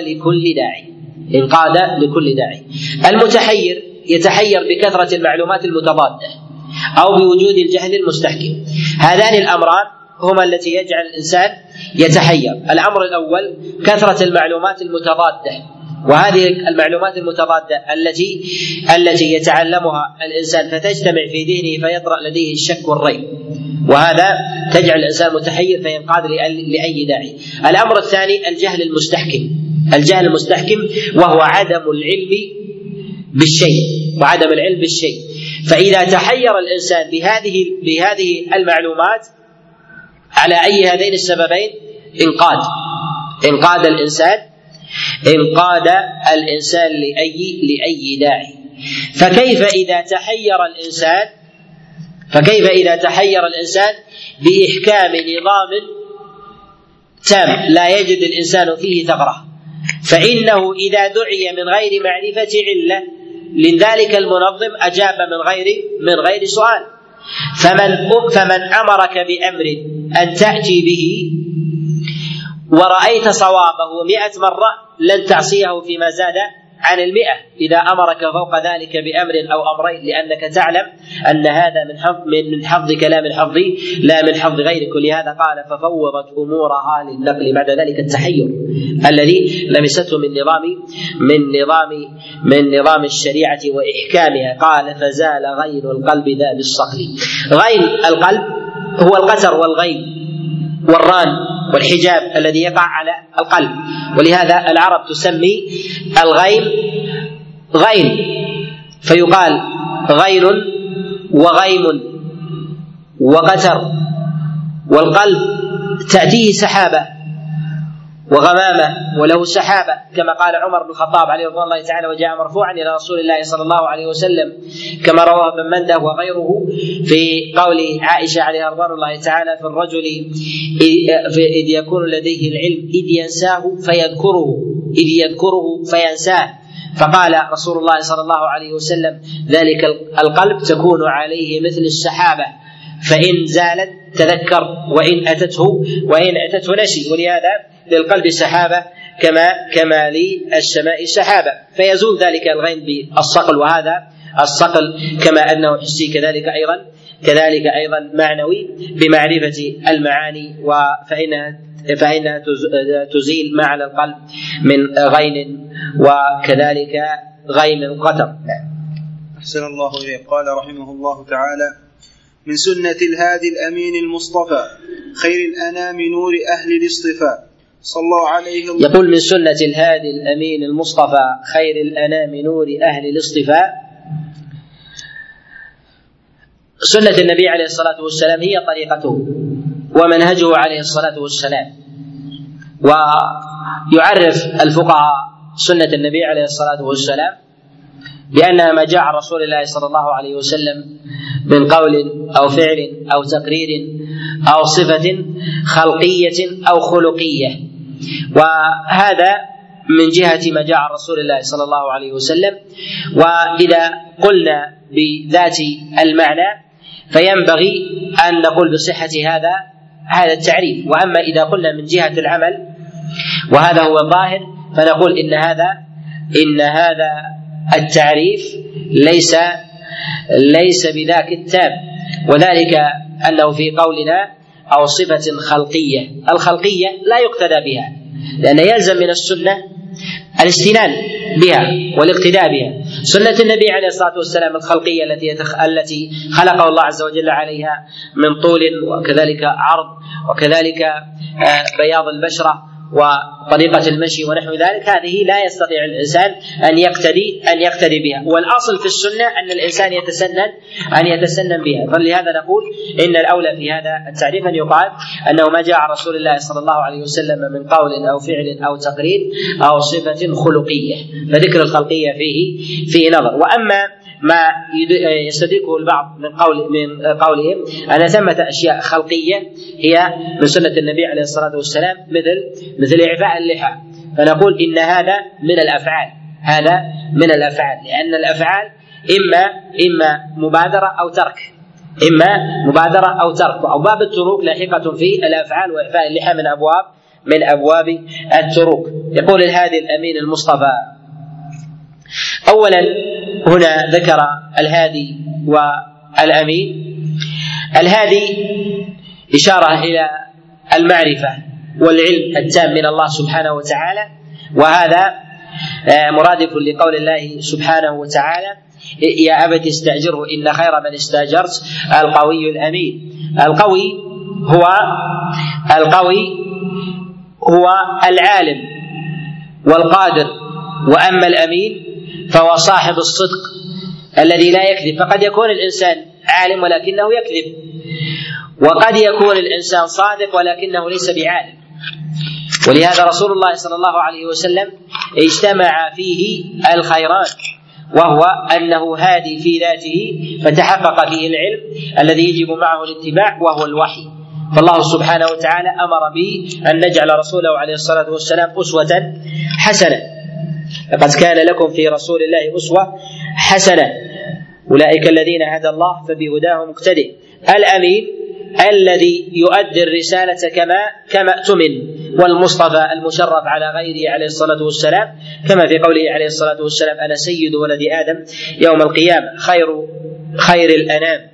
لكل داعي. المتحير يتحير بكثرة المعلومات المتضادة أو بوجود الجهل المستحكم. هذان الأمران هما التي يجعل الإنسان يتحير. الأمر الأول كثرة المعلومات المتضادة، وهذه المعلومات المتضادة التي يتعلمها الإنسان فتجتمع في ذهنه فيطرأ لديه الشك والريب، وهذا تجعل الإنسان متحير فينقاد لأي داعي. الأمر الثاني الجهل المستحكم وهو عدم العلم بالشيء. فإذا تحير الإنسان بهذه المعلومات على أي هذين السببين انقاد الإنسان لأي داعي. فكيف إذا تحير الإنسان بإحكام نظام تام لا يجد الإنسان فيه ثغرة، فإنه إذا دعي من غير معرفة علة لذلك المنظم أجاب من غير سؤال. فمن أمرك بأمر أن تأتي به ورأيت صوابه 100 مرة لن تعصيه فيما زاد عن 100 إذا أمرك فوق ذلك بأمر أو أمرين، لأنك تعلم أن هذا من حفظ كلام حفظي لا من حفظ غيرك. ولهذا قال ففوضت أمورها للنقل بعد ذلك التحير الذي لمسته من نظام الشريعة وإحكامها. قال فزال غين القلب ذا بالصقل. غين القلب هو القتر والغين والران والحجاب الذي يقع على القلب، ولهذا العرب تسمي الغين غين، فيقال غين وغيم وقتر، والقلب تأتيه سحابة وغمامة وله سحابة، كما قال عمر بن الخطاب عليه رضوان الله تعالى وجاء مرفوعا إلى رسول الله صلى الله عليه وسلم كما رواه ابن منده وغيره في قول عائشة عليها رضوان الله تعالى في الرجل إذ يكون لديه العلم إذ يذكره فينساه، فقال رسول الله صلى الله عليه وسلم ذلك القلب تكون عليه مثل السحابة فإن زالت تذكر وإن أتته نسي. ولهذا للقلب سحابة كما للسماء سحابة، فيزول ذلك الغين بالصقل، وهذا الصقل كما أنه حسي كذلك أيضا معنوي بمعرفة المعاني، فإنها تزيل معنى القلب من غين وكذلك غيم القتر. أحسن الله إليه. قال رحمه الله تعالى: من سنة الهادي الأمين المصطفى خير الأنام نور أهل الاصطفاء صلى الله عليه وسلم. يقول من سنة الهادي الأمين المصطفى خير الأنام نور أهل الاصطفاء. سنة النبي عليه الصلاة والسلام هي طريقته ومنهجه عليه الصلاة والسلام. ويعرف الفقهاء سنة النبي عليه الصلاة والسلام بأنها ما جاء عن رسول الله صلى الله عليه وسلم من قول أو فعل أو تقرير أو صفة خلقية أو خلقية، وهذا من جهة ما جاء عن رسول الله صلى الله عليه وسلم. وإذا قلنا بذات المعنى فينبغي أن نقول بصحة هذا التعريف، وأما إذا قلنا من جهة العمل وهذا هو الظاهر فنقول إن هذا التعريف ليس بذاك التام، وذلك أنه في قولنا أو صفة خلقية، الخلقية لا يقتدى بها، لأن يلزم من السنة الاستنان بها والاقتداء بها. سنة النبي عليه الصلاة والسلام الخلقية التي خلقه الله عز وجل عليها من طول وكذلك عرض وكذلك بياض البشرة وطريقة المشي ونحو ذلك، هذه لا يستطيع الإنسان أن يقتدي بها، والأصل في السنة أن الإنسان يتسنن بها. فلهذا نقول إن الأولى في هذا التعريف أن يقال أنه ما جاء عن رسول الله صلى الله عليه وسلم من قول أو فعل أو تقرير أو صفة خلقية، فذكر الخلقية فيه نظر. وأما ما يستدركه البعض من قولهم أن ثمة أشياء خلقية هي من سنة النبي عليه الصلاة والسلام مثل إعفاء اللحى، فنقول إن هذا من الأفعال، لأن الأفعال إما مبادرة أو ترك، وأبواب التروك لاحقة في الأفعال، وإعفاء اللحى من أبواب التروك. يقول الهادي الأمين المصطفى. أولا هنا ذكر الهادي والأمين. الهادي إشارة إلى المعرفة والعلم التام من الله سبحانه وتعالى، وهذا مرادف لقول الله سبحانه وتعالى: يا أبت استأجره إن خير من استأجرت القوي الأمين. القوي هو العالم والقادر، وأما الأمين فهو صاحب الصدق الذي لا يكذب. فقد يكون الإنسان عالم ولكنه يكذب، وقد يكون الإنسان صادق ولكنه ليس بعالم. ولهذا رسول الله صلى الله عليه وسلم اجتمع فيه الخيران، وهو أنه هادي في ذاته فتحقق فيه العلم الذي يجب معه الاتباع وهو الوحي. فالله سبحانه وتعالى أمر بأن نجعل رسوله عليه الصلاة والسلام أسوة حسنة. لقد كان لكم في رسول الله أسوة حسنة، أولئك الذين هدى الله فبهداه مقتدي. الأمين الذي يؤدي الرسالة كما اؤتمن، والمصطفى المشرف على غيره عليه الصلاة والسلام، كما في قوله عليه الصلاة والسلام: أنا سيد ولد آدم يوم القيامة، خير الأنام،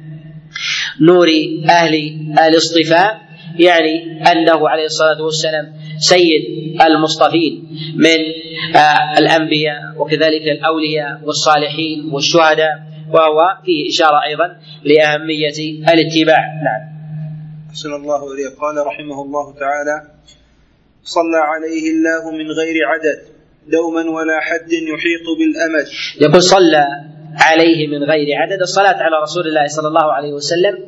نور أهل الاصطفاء، يعني أنه عليه الصلاة والسلام سيد المصطفين من الأنبياء وكذلك الأولياء والصالحين والشهداء، وهو فيه إشارة أيضا لأهمية الاتباع. نعم. أحسن الله إليه. قال رحمه الله تعالى: صلى عليه الله من غير عدد دوما ولا حد يحيط بالأمد. يقول صلى عليه من غير عدد. الصلاة على رسول الله صلى الله عليه وسلم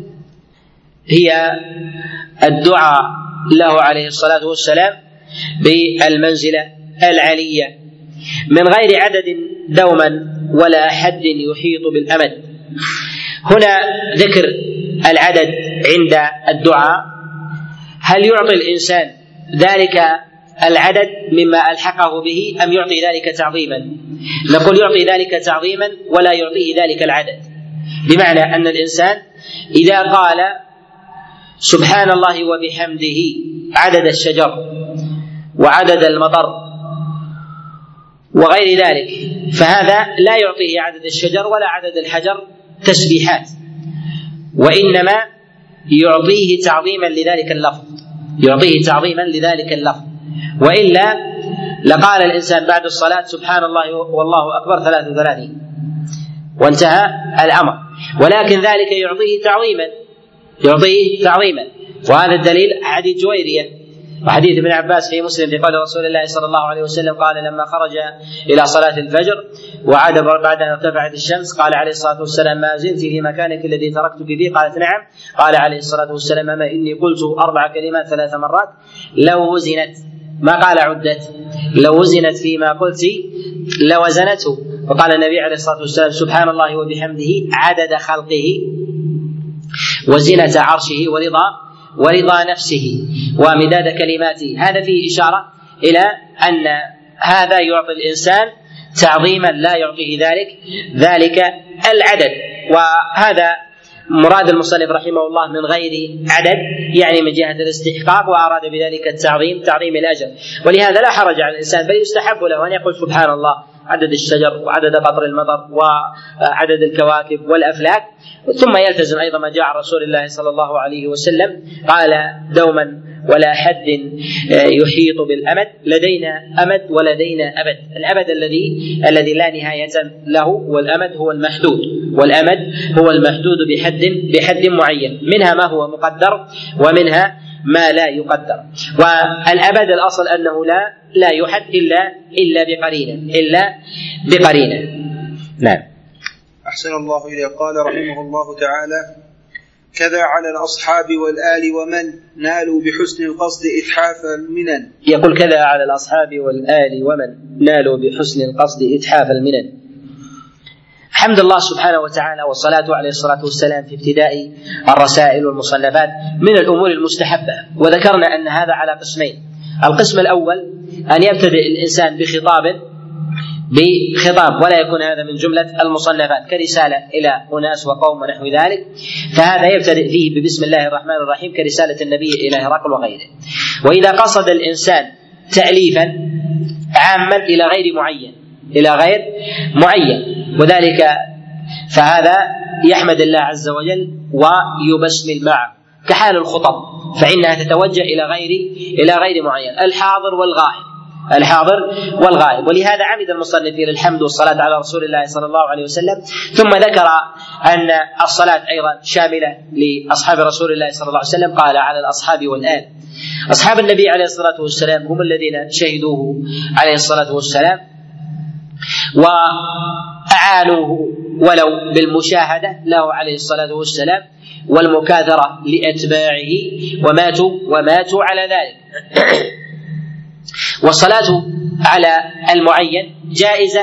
هي الدعاء له عليه الصلاة والسلام بالمنزلة العلية من غير عدد دوما ولا حد يحيط بالأمد. هنا ذكر العدد عند الدعاء، هل يعطي الإنسان ذلك العدد مما ألحقه به أم يعطي ذلك تعظيما؟ نقول يعطي ذلك تعظيما ولا يعطيه ذلك العدد، بمعنى أن الإنسان إذا قال سبحان الله وبحمده عدد الشجر وعدد المطر وغير ذلك، فهذا لا يعطيه عدد الشجر ولا عدد الحجر تسبيحات، وإنما يعطيه تعظيما لذلك اللفظ، يعطيه تعظيما لذلك اللفظ. وإلا لقال الإنسان بعد الصلاة سبحان الله والله أكبر 33 وانتهى الأمر، ولكن ذلك يعطيه تعظيما. وهذا الدليل حديث جويرية وحديث ابن عباس في مسلم في قول رسول الله صلى الله عليه وسلم قال لما خرج إلى صلاة الفجر وعاد بعد أن ارتفعت الشمس قال عليه الصلاة والسلام: ما زلت في مكانك الذي تركتك فيه؟ قالت: نعم. قال عليه الصلاة والسلام: أما إني قلت 4 كلمات 3 مرات لو وزنت، ما قال عدت، لو وزنت فيما قلت لوزنته. وقال النبي عليه الصلاة والسلام: سبحان الله وبحمده عدد خلقه وزنة عرشه ورضا نفسه ومداد كلماته. هذا فيه إشارة إلى أن هذا يعطي الإنسان تعظيما لا يعطيه ذلك العدد. وهذا مراد المصنف رحمه الله من غير عدد، يعني من جهة الاستحقاق، وأراد بذلك التعظيم، تعظيم الأجر. ولهذا لا حرج على الإنسان، بل يستحب له أن يقول سبحان الله عدد الشجر وعدد قطر المطر وعدد الكواكب والأفلاك، ثم يلتزم أيضا ما جاء عن رسول الله صلى الله عليه وسلم قال: دوما ولا حد يحيط بالأمد، لدينا أمد ولدينا أبد. الأبد الذي لا نهاية له، والأمد هو المحدود، والأمد هو المحدود بحد معين، منها ما هو مقدر ومنها ما لا يقدر. والأبد الأصل أنه لا يحد إلا بقرينة. نعم. أحسن الله إليه. قال رحمه الله تعالى: كذا على الأصحاب والآل ومن نالوا بحسن القصد إتحاف المنن. يقول: كذا على الأصحاب والآل ومن نالوا بحسن القصد إتحاف المنن. حمد الله سبحانه وتعالى والصلاة عليه الصلاة والسلام في ابتداء الرسائل والمصنفات من الأمور المستحبة، وذكرنا أن هذا على قسمين. القسم الأول أن يبتدئ الإنسان بخطاب ولا يكون هذا من جملة المصنفات كرسالة إلى أناس وقوم ونحو ذلك، فهذا يبتدئ فيه ببسم الله الرحمن الرحيم كرسالة النبي إلى هرقل وغيره. وإذا قصد الإنسان تأليفا عاما إلى غير معين وذلك فهذا يحمد الله عز وجل ويبسمل معه، كحال الخطب فإنها تتوجه إلى غير معين، الحاضر والغائب الحاضر والغائب. ولهذا عمد المصنف إلى الحمد والصلاة على رسول الله صلى الله عليه وسلم، ثم ذكر أن الصلاة أيضا شاملة لأصحاب رسول الله صلى الله عليه وسلم، قال على الأصحاب والآل. أصحاب النبي عليه الصلاة والسلام هم الذين شهدوه عليه الصلاة والسلام وأعانوه ولو بالمشاهدة له عليه الصلاة والسلام والمكاثرة لأتباعه وماتوا على ذلك. والصلاة على المعين جائزة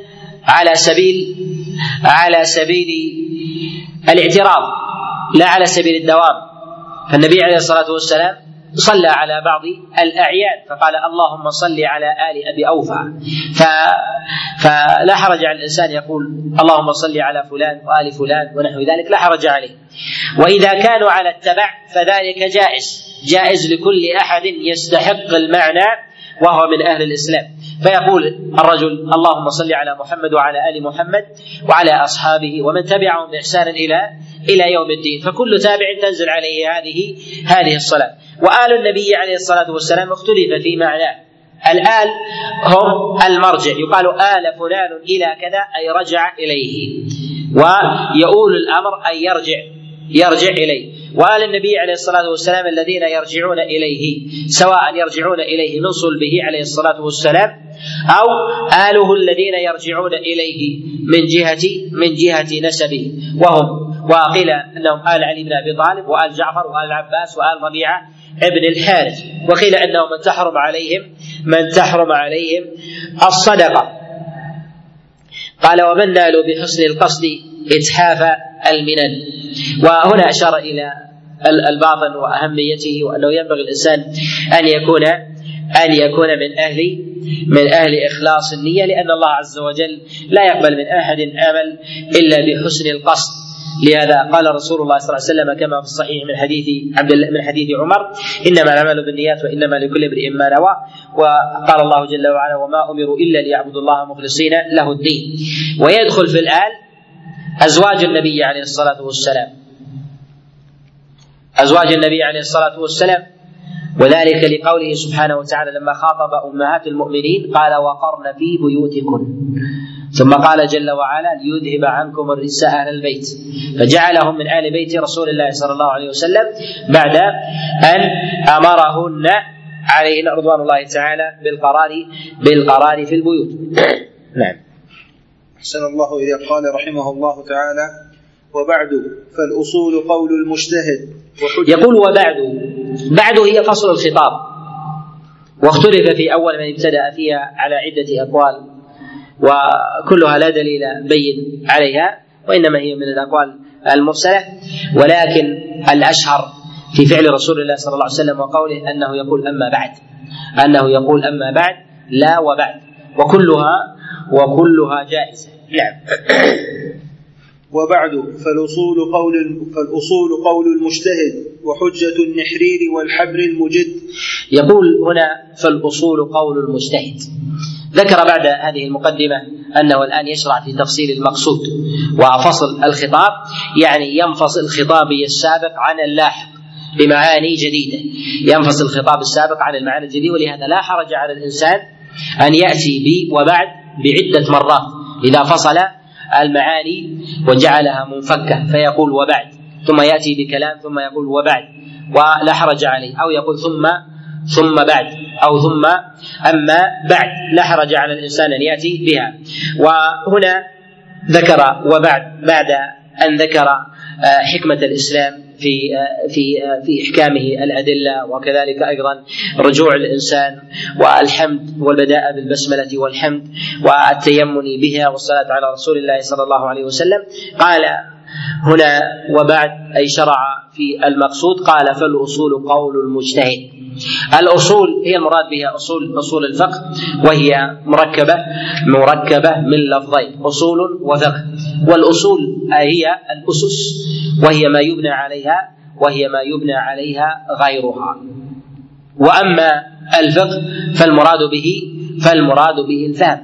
على سبيل الاعتراض لا على سبيل الدوام. فالنبي عليه الصلاة والسلام صلى على بعض الأعيان فقال اللهم صل على آل أبي أوفى، فلا حرج على الإنسان يقول اللهم صل على فلان وآل فلان ونحو ذلك، لا حرج عليه. وإذا كانوا على التبع فذلك جائز لكل أحد يستحق المعنى وهو من أهل الإسلام، فيقول الرجل اللهم صل على محمد وعلى آل محمد وعلى أصحابه ومن تبعهم بإحسان إلى يوم الدين، فكل تابع تنزل عليه هذه الصلاة. وآل النبي عليه الصلاة والسلام اختلف في معناه. الآل هم المرجع، يقال آل فلان إلى كذا أي رجع إليه، ويؤول الأمر أي يرجع إليه. وآل النبي عليه الصلاة والسلام الذين يرجعون إليه، سواء يرجعون إليه من صلبه عليه الصلاة والسلام أو آله الذين يرجعون إليه من جهة نسبه، وقيل أنهم آل علي بن أبي طالب وآل جعفر وآل العباس وآل ربيعة ابن الحارث، وقيل أنهم من تحرم عليهم الصدقة. قال ومن نالوا بحسن القصد إتحاف المنن. وهنا أشار إلى الباطن وأهميته، وأنه ينبغي الإنسان أن يكون من أهل إخلاص النية، لأن الله عز وجل لا يقبل من أحد عمل إلا بحسن القصد. لهذا قال رسول الله صلى الله عليه وسلم كما في الصحيح من حديث عمر إنما الأعمال بالنيات وإنما لكل امرئ ما نوى. وقال الله جل وعلا وما أمروا إلا ليعبدوا الله مخلصين له الدين. ويدخل في الآل أزواج النبي عليه الصلاة والسلام، وذلك لقوله سبحانه وتعالى لما خاطب أمهات المؤمنين قال وقرن في بيوتكن، ثم قال جل وعلا ليذهب عنكم الرجس أهل البيت، فجعلهم من آل بيت رسول الله صلى الله عليه وسلم بعد أن أمرهن عليهن رضوان الله تعالى بالقرار في البيوت. نعم. أحسن الله إذا قال رحمه الله تعالى وبعد فالأصول قول المجتهد. يقول بعد هي فصل الخطاب، واختلف في أول من ابتدأ فيها على عدة أقوال، وكلها لا دليل بين عليها، وإنما هي من الأقوال المرسلة، ولكن الأشهر في فعل رسول الله صلى الله عليه وسلم وقوله أنه يقول أما بعد لا وبعد، وكلها جائزة. نعم. وبعد فالأصول قول المجتهد وحجة النحرير والحبر المجد. يقول هنا فالأصول قول المجتهد. ذكر بعد هذه المقدمة أنه الآن يشرع في تفصيل المقصود وفصل الخطاب، يعني ينفصل خطابي السابق عن اللاحق بمعاني جديدة، ينفصل الخطاب السابق عن المعاني الجديدة. ولهذا لا حرج على الإنسان أن يأتي وبعد بعدة مرات إذا فصل المعاني وجعلها منفكة، فيقول وبعد ثم يأتي بكلام ثم يقول وبعد، ولا حرج عليه، أو يقول ثم بعد أو ثم أما بعد، لا حرج على الإنسان أن يأتي بها. وهنا ذكر وبعد بعد أن ذكر حكمة الإسلام في إحكامه الأدلة، وكذلك أيضا رجوع الإنسان والحمد والبداء بالبسملة والحمد والتيمن بها والصلاة على رسول الله صلى الله عليه وسلم. قال هنا وبعد أي شرع في المقصود، قال فالأصول قول المجتهد. الأصول هي المراد بها أصول الفقه، وهي مركبة من لفظين أصول وفقه. والأصول هي الأسس، وهي ما يبنى عليها غيرها. وأما الفقه فالمراد به الفهم.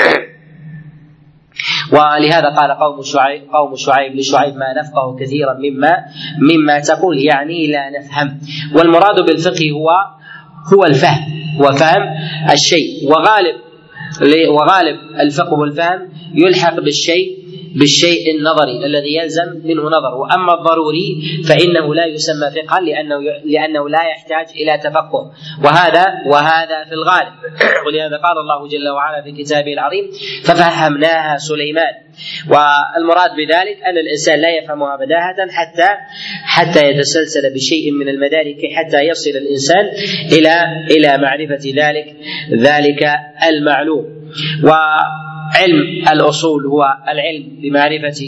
ولهذا قال قوم شعيب لشعيب ما نفقه كثيرا مما تقول، يعني لا نفهم. والمراد بالفقه هو الفهم، وفهم الشيء، وغالب الفقه والفهم يلحق بالشيء النظري الذي يلزم منه نظر، واما الضروري فانه لا يسمى فقها لانه لا يحتاج الى تفقه، وهذا في الغالب. ولهذا قال الله جل وعلا في كتابه العظيم: ففهمناها سليمان. والمراد بذلك ان الانسان لا يفهمها بداهة حتى يتسلسل بشيء من المدارك حتى يصل الانسان الى معرفة ذلك المعلوم. وعلم الأصول هو العلم بمعرفة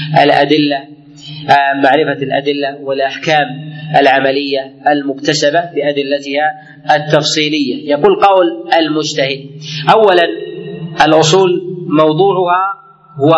الأدلة والأحكام العملية المكتسبة بأدلتها التفصيلية. يقول قول المجتهد: أولا الأصول موضوعها هو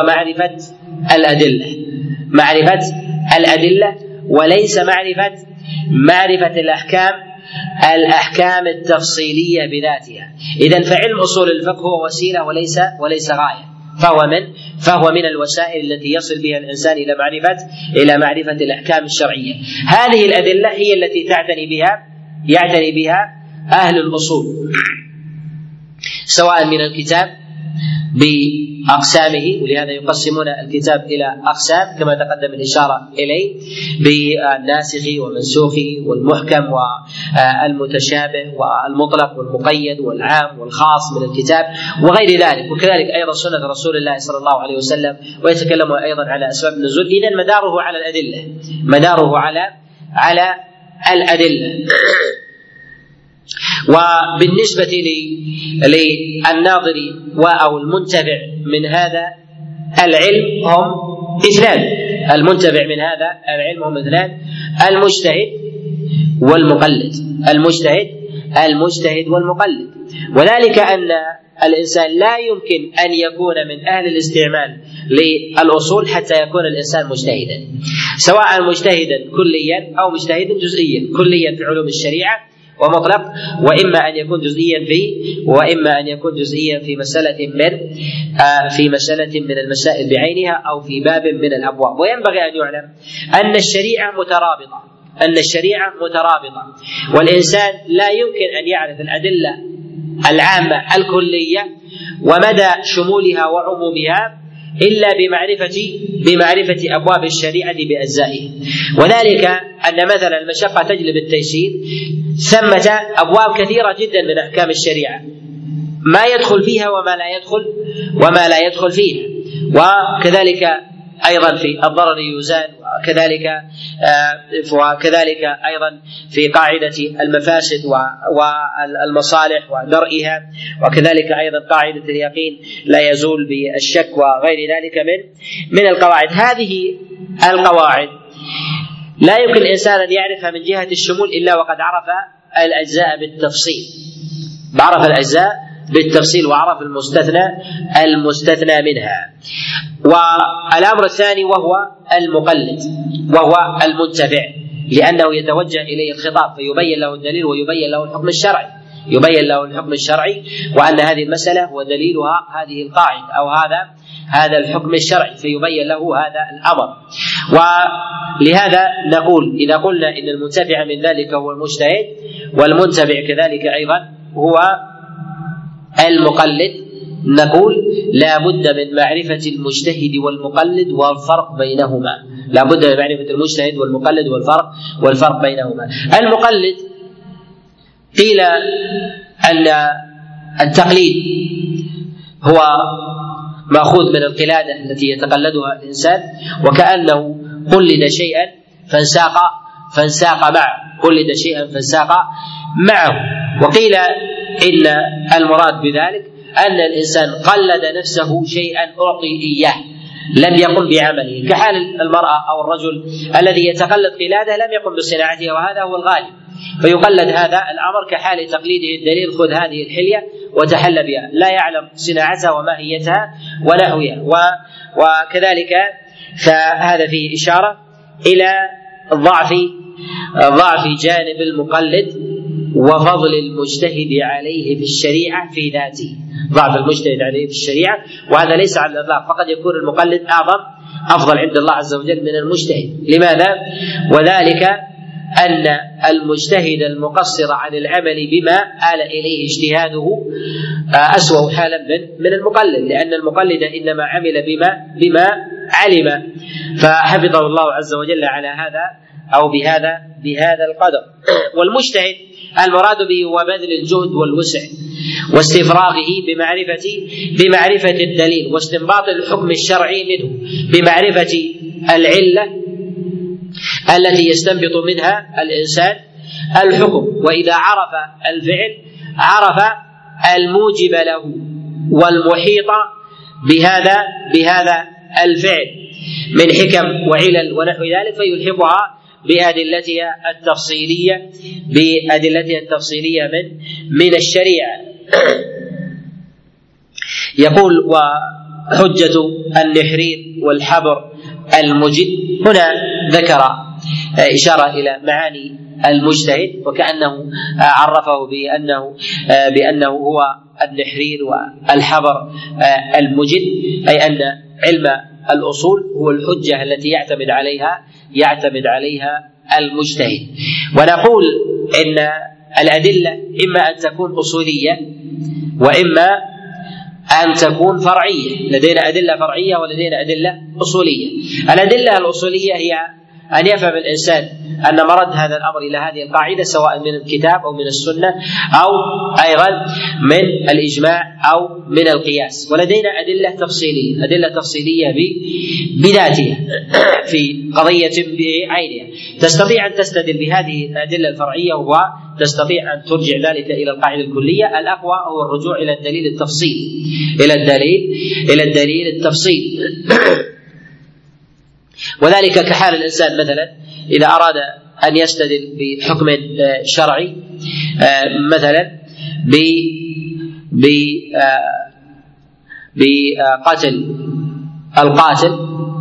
معرفة الأدلة وليس معرفة الأحكام التفصيلية بذاتها. إذن فعلم أصول الفقه هو وسيلة وليس غاية، فهو من الوسائل التي يصل بها الإنسان إلى معرفة الأحكام الشرعية. هذه الأدلة هي التي يعتني بها أهل الأصول، سواء من الكتاب بأقسامه، ولهذا يقسمون الكتاب إلى أقسام كما تقدم الإشارة إليه، بالناسخ والمنسوخ والمحكم والمتشابه والمطلق والمقيد والعام والخاص من الكتاب وغير ذلك، وكذلك أيضا سنة رسول الله صلى الله عليه وسلم، ويتكلم أيضا على أسباب النزول. إذن مداره على الأدلة. وبالنسبة للناظر أو المنتفع من هذا العلم هم اثنان، المجتهد والمقلد. وذلك أن الإنسان لا يمكن أن يكون من أهل الاستعمال للأصول حتى يكون الإنسان مجتهدا، سواء مجتهدا كليا أو مجتهدا جزئيا، كليا في علوم الشريعة ومطلق، وإما أن يكون جزئيا في مسألة من المسائل بعينها أو في باب من الأبواب. وينبغي أن يعلم أن الشريعة مترابطة، والإنسان لا يمكن أن يعرف الأدلة العامة الكلية ومدى شمولها وعمومها إلا بمعرفة أبواب الشريعة بأجزائها. وذلك أن مثلا المشقة تجلب التيسير، ثمة أبواب كثيرة جدا من أحكام الشريعة ما يدخل فيها وما لا يدخل فيها، وكذلك أيضا في الضرر يزال، وكذلك أيضا في قاعدة المفاسد والمصالح ودرئها، وكذلك أيضا قاعدة اليقين لا يزول بالشك وغير ذلك من القواعد. هذه القواعد لا يمكن الإنسان أن يعرفها من جهة الشمول إلا وقد عرف الأجزاء بالتفصيل وعرف المستثنى منها. والأمر الثاني وهو المقلد، وهو المنتفع، لأنه يتوجه إليه الخطاب فيبين له الدليل ويبين له الحكم الشرعي، وأن هذه المسألة هو دليلها هذه القاعدة أو هذا الحكم الشرعي، فيبين له هذا الأمر. ولهذا نقول إذا قلنا إن المنتفع من ذلك هو المجتهد، والمنتفع كذلك أيضا هو المقلد، نقول لا بد من معرفة المجتهد والمقلد والفرق بينهما، والفرق بينهما. المقلد قيل أن التقليد هو مأخوذ من القلادة التي يتقلدها الإنسان، وكأنه قلد شيئا فانساق معه. وقيل إن المراد بذلك أن الإنسان قلد نفسه شيئا أعطي إياه لم يقم بعمله، كحال المرأة أو الرجل الذي يتقلد قلادة لم يقم بصناعتها، وهذا هو الغالب، فيقلد هذا الأمر كحال تقليده الدليل: خذ هذه الحلية وتحل بها، لا يعلم صناعتها وماهيتها ونحوها. وكذلك فهذا فيه إشارة إلى ضعف جانب المقلد وفضل المجتهد عليه في الشريعة في ذاته، وهذا ليس على الإطلاق، فقد يكون المقلد أفضل عند الله عز وجل من المجتهد. لماذا؟ وذلك أن المجتهد المقصر عن العمل بما آل إليه اجتهاده أسوأ حالا من المقلد، لأن المقلد إنما عمل بما علم، فحفظه الله عز وجل على هذا أو بهذا القدر. والمجتهد المراد به هو بذل الجهد والوسع واستفراغه بمعرفة الدليل واستنباط الحكم الشرعي منه، بمعرفة العلة التي يستنبط منها الإنسان الحكم. وإذا عرف الفعل عرف الموجب له والمحيط بهذا الفعل من حكم وعلل ونحو ذلك، فيلحقها بأدلتها التفصيلية من الشريعة. يقول: وحجة النحرير والحبر المجد. هنا ذكر إشارة إلى معاني المجتهد، وكأنه عرفه بأنه هو النحرير والحبر المجد، أي أن علم الأصول هو الحجة التي يعتمد عليها المجتهد. ونقول إن الأدلة إما أن تكون أصولية وإما أن تكون فرعية. لدينا أدلة فرعية ولدينا أدلة أصولية. الأدلة الأصولية هي أن يفهم الإنسان أن مرد هذا الأمر إلى هذه القاعدة سواء من الكتاب أو من السنة أو أيضا من الإجماع أو من القياس. ولدينا أدلة تفصيلية بذاتها في قضية بعينها، تستطيع أن تستدل بهذه الأدلة الفرعية وتستطيع أن ترجع ذلك إلى القاعدة الكلية. الأقوى هو الرجوع إلى الدليل التفصيلي وذلك كحال الإنسان مثلا إذا أراد أن يستدل بحكم شرعي مثلا بقتل القاتل،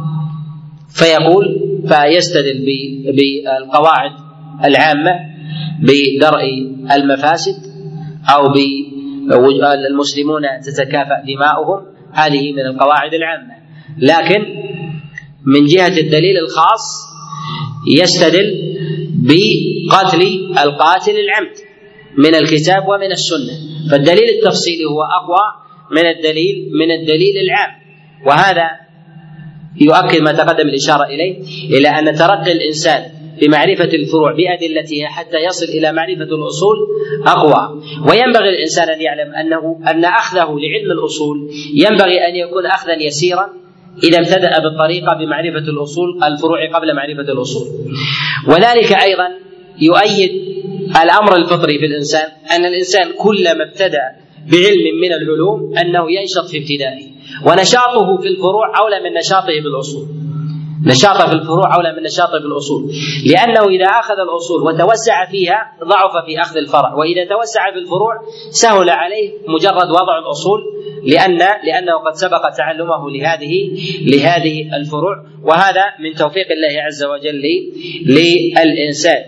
فيستدل بالقواعد العامة بدرء المفاسد أو المسلمون تتكافأ دماؤهم، هذه من القواعد العامة. لكن من جهة الدليل الخاص يستدل بقتل القاتل العمد من الكتاب ومن السنة، فالدليل التفصيلي هو أقوى من الدليل العام. وهذا يؤكد ما تقدم الإشارة إليه، إلى أن ترقي الإنسان بمعرفة الفروع بأدلتها حتى يصل إلى معرفة الأصول أقوى. وينبغي الإنسان أن يعلم أن أخذه لعلم الأصول ينبغي أن يكون أخذا يسيرا إذا ابتدأ بالطريقة بمعرفة الفروع قبل معرفة الأصول. وذلك أيضا يؤيد الأمر الفطري في الإنسان، أن الإنسان كلما ابتدأ بعلم من العلوم أنه ينشط في ابتدائه، ونشاطه في الفروع أولى من نشاطه بالأصول. نشاطه في الفروع أولى من نشاطه في الأصول، لأنه إذا أخذ الأصول وتوسع فيها ضعف في أخذ الفرع، وإذا توسع في الفروع سهل عليه مجرد وضع الأصول، لأنه قد سبق تعلمه لهذه الفروع. وهذا من توفيق الله عز وجل للإنسان.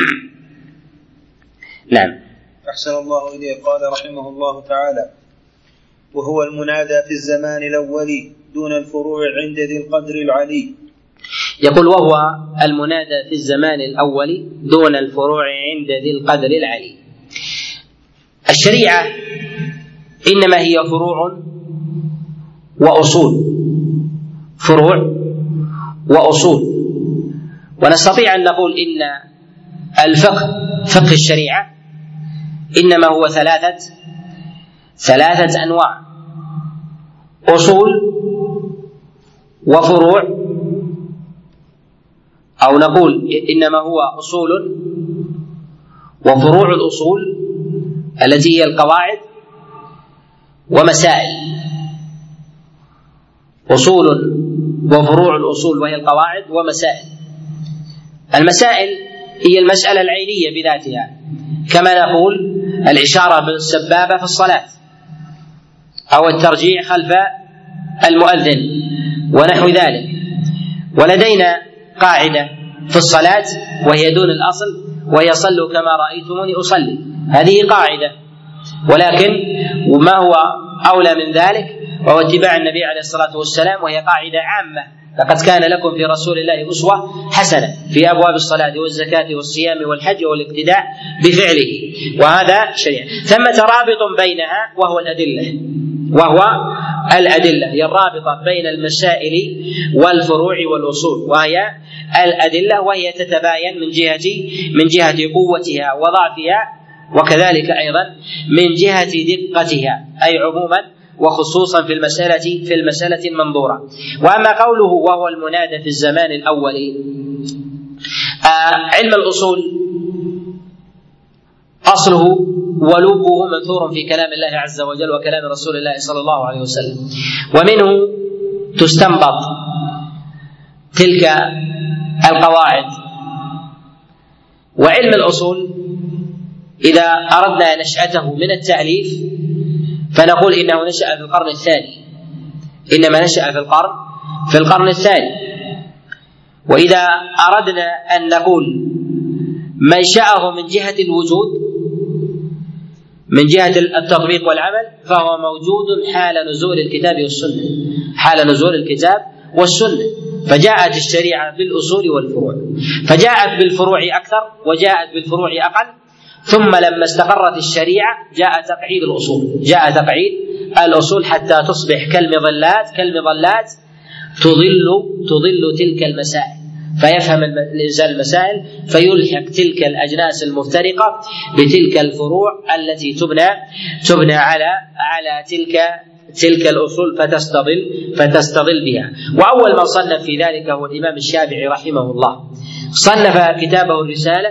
نعم. أحسن الله إليه. قال رحمه الله تعالى: وهو المنادى في الزمان الأول دون الفروع عند ذي القدر العلي. يقول: وهو المنادى في الزمان الأول دون الفروع عند ذي القدر العلي. الشريعة إنما هي فروع وأصول، ونستطيع أن نقول إن فقه الشريعة إنما هو ثلاثة أنواع: أصول وفروع، أو نقول إنما هو أصول وفروع الأصول التي هي القواعد، ومسائل. أصول وفروع الأصول وهي القواعد ومسائل. المسائل هي المسألة العينية بذاتها، كما نقول الإشارة بالسبابة في الصلاة أو الترجيع خلف المؤذن ونحو ذلك. ولدينا قاعدة في الصلاة وهي دون الأصل، وهي صلوا كما رأيتموني أصلي، هذه قاعدة. ولكن وما هو أولى من ذلك وهو اتباع النبي عليه الصلاة والسلام، وهي قاعدة عامة لقد كان لكم في رسول الله أسوة حسنة في أبواب الصلاة والزكاة والصيام والحج والاقتداء بفعله، وهذا شريعة. ثمة رابط بينها وهو الأدلة هي الرابطة بين المسائل والفروع والأصول، وهي الأدلة، وهي تتباين من جهة قوتها وضعفها، وكذلك أيضا من جهة دقتها، أي عموما وخصوصا في المسألة المنظورة. وأما قوله وهو المنادى في الزمان الأول، علم الأصول أصله ولبه منثور في كلام الله عز وجل وكلام رسول الله صلى الله عليه وسلم، ومنه تستنبط تلك القواعد. وعلم الأصول إذا أردنا نشأته من التأليف فنقول إنه نشأ في القرن الثاني، إنما نشأ في القرن الثاني. وإذا أردنا أن نقول منشأه من جهة الوجود، من جهة التطبيق والعمل، فهو موجود حال نزول الكتاب والسنة، فجاءت الشريعة بالأصول والفروع، فجاءت بالفروع أكثر وجاءت بالفروع أقل، ثم لما استقرت الشريعة جاء تقعيد الأصول حتى تصبح كالمظلات تظل تلك المسائل، فيفهم الإنسان المسائل فيلحق تلك الأجناس المفترقة بتلك الفروع التي تبنى على تلك الأصول فتستظل بها. وأول من صنف في ذلك هو الإمام الشافعي رحمه الله، صنف كتابه الرسالة.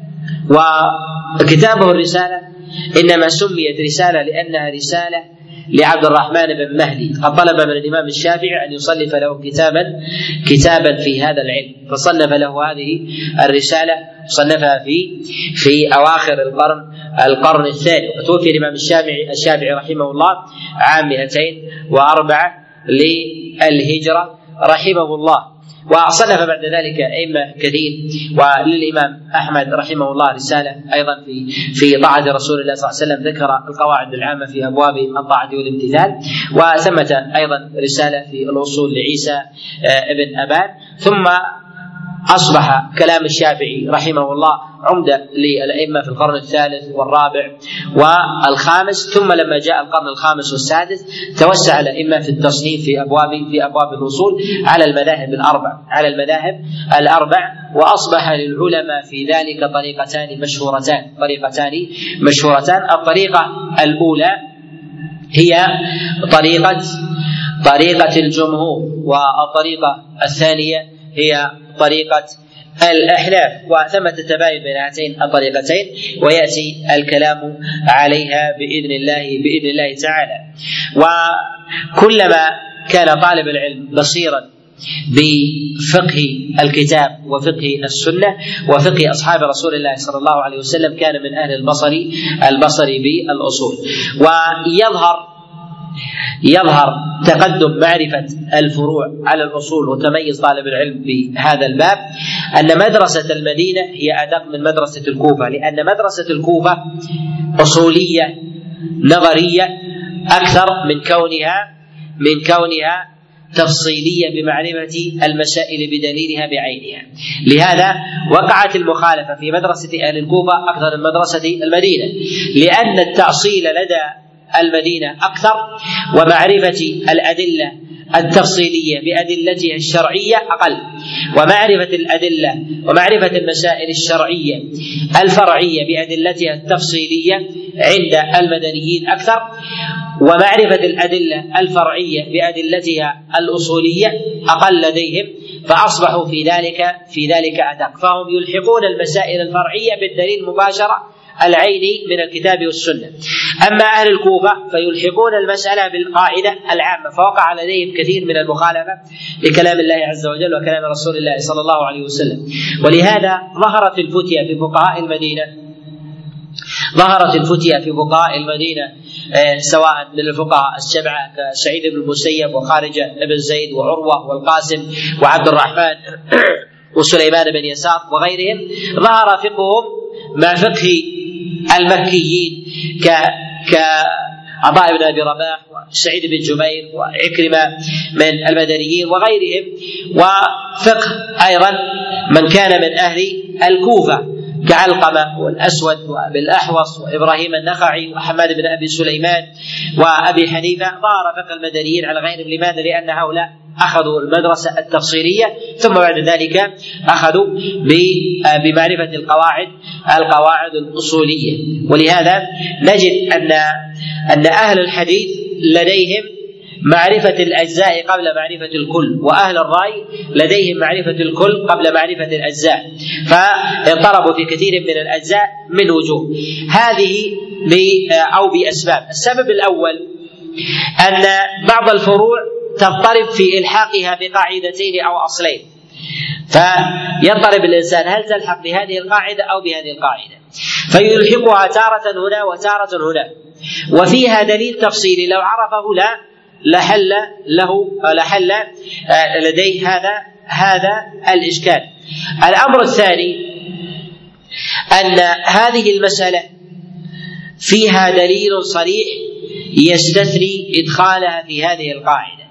وكتابه الرسالة إنما سميت رسالة لأنها رسالة لعبد الرحمن بن مهدي، قد طلب من الإمام الشافعي أن يصنف له كتابا في هذا العلم، فصنف له هذه الرسالة، صنفها في أواخر القرن الثاني. وتوفي الإمام الشافعي رحمه الله عام 204 للهجرة رحمه الله. وصنف بعد ذلك أئمة كثير، وللإمام أحمد رحمه الله رسالة أيضا في طاعة رسول الله صلى الله عليه وسلم، ذكر القواعد العامة في أبواب الطاعة والامتثال. وثمة أيضا رسالة في الأصول لعيسى ابن أبان. ثم أصبح كلام الشافعي رحمه الله عمدة للأئمة في القرن الثالث والرابع والخامس. ثم لما جاء القرن الخامس والسادس توسع الأئمة في التصنيف في أبواب الأصول على المذاهب الأربع. وأصبح للعلماء في ذلك طريقتان مشهورتان. الطريقة الأولى هي طريقة الجمهور، والطريقة الثانية هي طريقة الأحناف، وثمة تباين بين هاتين الطريقتين، ويأتي الكلام عليها بإذن الله تعالى. وكلما كان طالب العلم بصيرا بفقه الكتاب وفقه السنة وفقه أصحاب رسول الله صلى الله عليه وسلم كان من أهل البصر بالأصول. ويظهر تقدم معرفة الفروع على الأصول وتميز طالب العلم بهذا الباب أن مدرسة المدينة هي أدق من مدرسة الكوفة، لأن مدرسة الكوفة أصولية نظرية أكثر من كونها تفصيلية بمعرفة المسائل بدليلها بعينها. لهذا وقعت المخالفة في مدرسة أهل الكوفة أكثر من مدرسة المدينة، لأن التأصيل لدى المدينة أكثر، ومعرفة الأدلة التفصيلية بأدلتها الشرعية أقل، ومعرفة المسائل الشرعية الفرعية بأدلتها التفصيلية عند المدنيين أكثر، ومعرفة الأدلة الفرعية بأدلتها الأصولية أقل لديهم، فأصبحوا في ذلك أدق، فهم يلحقون المسائل الفرعية بالدليل مباشرة العيني من الكتاب والسنة. أما أهل الكوفة فيلحقون المسألة بالقاعدة العامة، فوقع لديهم كثير من المخالفة لكلام الله عز وجل وكلام رسول الله صلى الله عليه وسلم. ولهذا ظهرت الفتية في فقهاء المدينة سواء من الفقهاء السبعة كسعيد بن المسيب وخارجة بن زيد وعروة والقاسم وعبد الرحمن وسليمان بن يسار وغيرهم، ظهر فقههم مع فقه المكيين عطاء بن أبي رباح وسعيد بن جبير وعكرمة من المدنيين وغيرهم، وفقه أيضا من كان من أهل الكوفة كعلقمة والأسود وأبي الأحوص وإبراهيم النخعي وحماد بن أبي سليمان وأبي حنيفة. ظهر فقه المدنيين على غيرهم. لماذا؟ لأن هؤلاء أخذوا المدرسة التفصيلية ثم بعد ذلك أخذوا بمعرفة القواعد الأصولية. ولهذا نجد أن أهل الحديث لديهم معرفة الأجزاء قبل معرفة الكل، وأهل الرأي لديهم معرفة الكل قبل معرفة الأجزاء، فاضطربوا في كثير من الأجزاء من وجوه هذه أو بأسباب. السبب الأول أن بعض الفروع تضطرب في إلحاقها بقاعدتين أو أصلين، فيضطرب الإنسان هل تلحق بهذه القاعدة أو بهذه القاعدة، فيلحقها تارة هنا وتارة هنا، وفيها دليل تفصيلي لو عرفه لحل لديه هذا الإشكال. الأمر الثاني أن هذه المسألة فيها دليل صريح يستثني إدخالها في هذه القاعدة،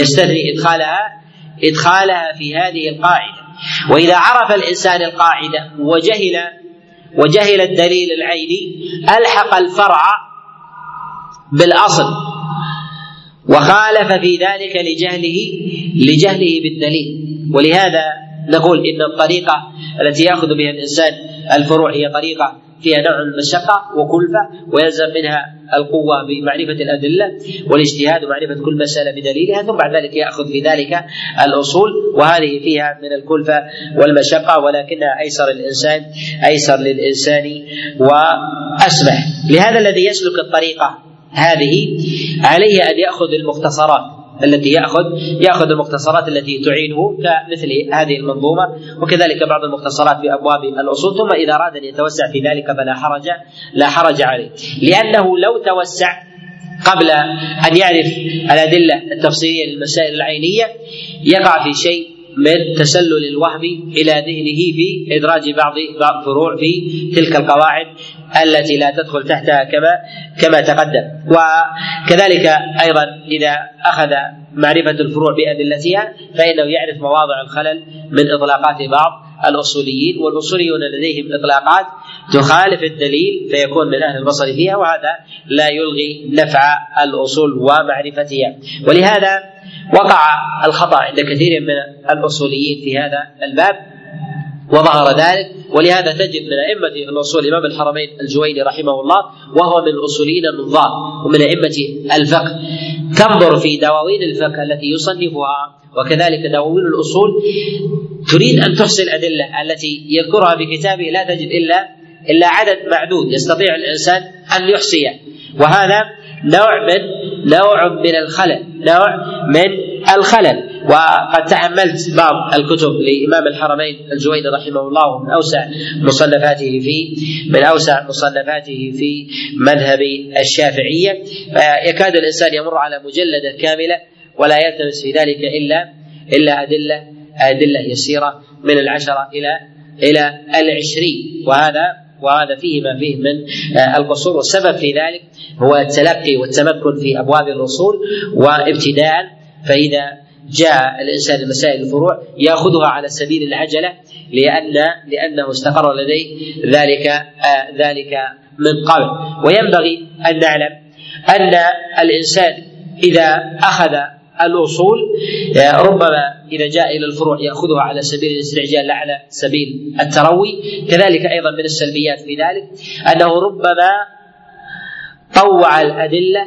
إدخالها في هذه القاعدة. وإذا عرف الإنسان القاعدة وجهل الدليل العيني ألحق الفرع بالأصل وخالف في ذلك لجهله بالدليل. ولهذا نقول إن الطريقة التي يأخذ بها الإنسان الفروع هي طريقة فيها نوع من المشقة وكلفة، ويلزم منها القوة بمعرفة الأدلة والاجتهاد ومعرفة كل مسألة بدليلها، ثم بعد ذلك يأخذ في ذلك الأصول، وهذه فيها من الكلفة والمشقة، ولكنها أيسر للإنسان وأسمح. لهذا الذي يسلك الطريقة هذه عليه أن يأخذ المختصرات يأخذ المختصرات التي تعينه كمثل هذه المنظومة، وكذلك بعض المختصرات في أبواب الأصول. ثم إذا أراد أن يتوسع في ذلك فلا حرج عليه، لأنه لو توسع قبل أن يعرف الأدلة التفصيلية للمسائل العينية يقع في شيء من تسلل الوهم إلى ذهنه في إدراج بعض الفروع في تلك القواعد التي لا تدخل تحتها كما تقدم. وكذلك أيضا إذا أخذ معرفة الفروع بأدلتها فإنه يعرف مواضع الخلل من إطلاقات بعض الأصوليين، والأصوليون لديهم إطلاقات تخالف الدليل فيكون من أهل البصر فيها، وهذا لا يلغي نفع الأصول ومعرفتها. ولهذا وقع الخطأ عند كثير من الأصوليين في هذا الباب وظهر ذلك. ولهذا تجد من أئمة الأصول إمام الحرمين الجويني رحمه الله، وهو من الأصوليين النظار ومن أئمة الفقه، تنظر في دواوين الفقه التي يصنفها وكذلك دواوين الأصول، تريد أن تحصي الأدلة التي يذكرها بكتابه لا تجد إلا عدد معدود يستطيع الإنسان أن يحصيه، وهذا نوع من الخلل. وقد تحملت بعض الكتب لإمام الحرمين الجويني رحمه الله من أوسع مصنفاته في مذهب الشافعية، يكاد الإنسان يمر على مجلدة كاملة ولا يلتمس في ذلك إلا أدلة يسيرة من 10 إلى 20، وهذا فيه ما فيه من القصور. والسبب في ذلك هو التلقي والتمكن في أبواب الأصول وابتداء، فإذا جاء الإنسان المسائل الفروع يأخذها على سبيل العجلة لأنه استقر لديه ذلك من قبل. وينبغي أن نعلم أن الإنسان إذا أخذ الأصول ربما إذا جاء إلى الفروع يأخذها على سبيل الاستعجال لا على سبيل التروي. كذلك أيضا من السلبيات في ذلك أنه ربما طوع الأدلة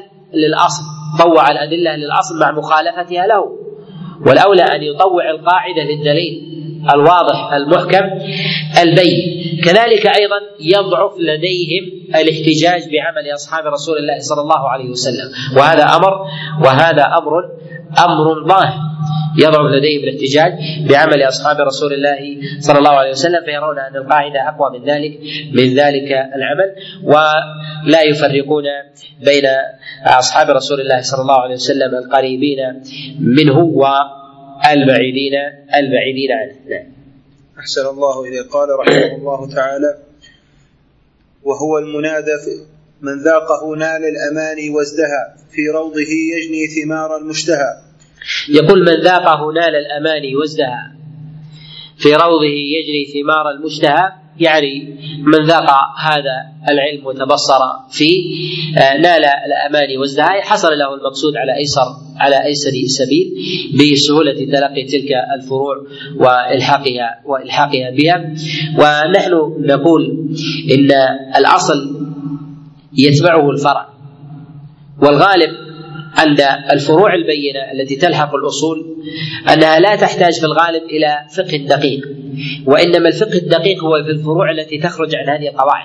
للأصل مع مخالفتها له، والأولى أن يطوع القاعدة للدليل الواضح المحكم البين. كذلك أيضا يضعف لديهم الاحتجاج بعمل أصحاب رسول الله صلى الله عليه وسلم، وهذا أمر ظاهر، يضعف لديهم الاحتجاج بعمل أصحاب رسول الله صلى الله عليه وسلم، فيرون أن القاعدة أقوى من ذلك العمل، ولا يفرقون بين أصحاب رسول الله صلى الله عليه وسلم القريبين منه والبعيدين عنه. أحسن الله إليه. قال رحمه الله تعالى: وهو المنادى من ذاقه نال الأمان وازدهى في روضه يجني ثمار المشتهى. يقول من ذاقه نال الأمان وازدهى في روضه يجري ثمار المشتهى، يعني من ذاق هذا العلم وتبصر فيه نال الأمان وازدهى، حصل له المقصود على أيسر سبيل بسهولة تلقي تلك الفروع وإلحاقها بها. ونحن نقول إن الأصل يتبعه الفرع، والغالب أن الفروع البينة التي تلحق الأصول أنها لا تحتاج في الغالب إلى فقه دقيق، وإنما الفقه الدقيق هو في الفروع التي تخرج عن هذه القواعد،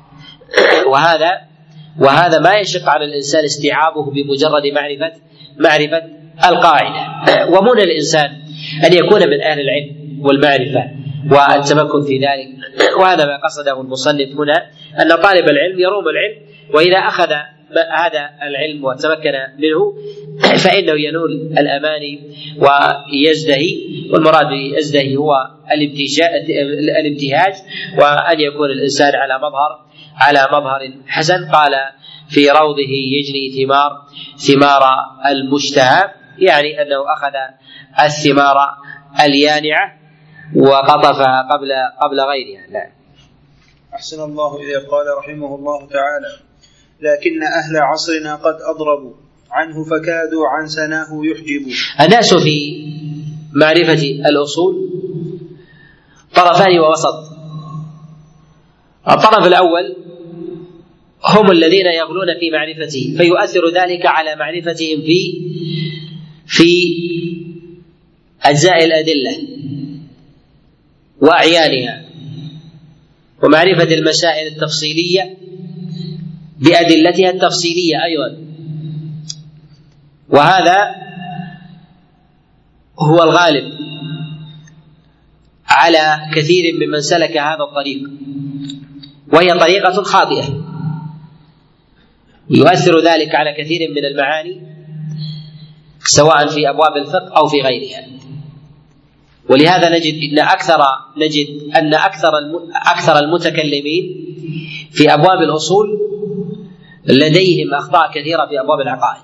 وهذا ما يشق على الإنسان استيعابه بمجرد معرفة القاعدة. ومن الإنسان أن يكون من أهل العلم والمعرفة والتمكن في ذلك، وهذا ما قصده المصنف هنا، أن طالب العلم يروم العلم، وإذا أخذ هذا العلم وتمكن منه فإنه ينول الأمان ويزدهي، والمراد بيزدهي هو الابتهاج، وأن يكون الإنسان على مظهر حسن. قال في روضه يجني ثمار المشتهى، يعني أنه أخذ الثمار اليانعة وقطفها قبل غيرها. لا. أحسن الله إليه. قال رحمه الله تعالى: لكن أهل عصرنا قد أضربوا عنه فكادوا عن سناه يحجبوا. الناس في معرفة الأصول طرفان ووسط. الطرف الأول هم الذين يغلون في معرفته، فيؤثر ذلك على معرفتهم في أجزاء الأدلة وأعيانها، ومعرفة المسائل التفصيلية بأدلتها التفصيلية أيضا، وهذا هو الغالب على كثير ممن سلك هذا الطريق، وهي طريقة خاطئة، يؤثر ذلك على كثير من المعاني سواء في أبواب الفقه أو في غيرها. ولهذا نجد أن أكثر المتكلمين في أبواب الأصول لديهم أخطاء كثيرة في أبواب العقائد،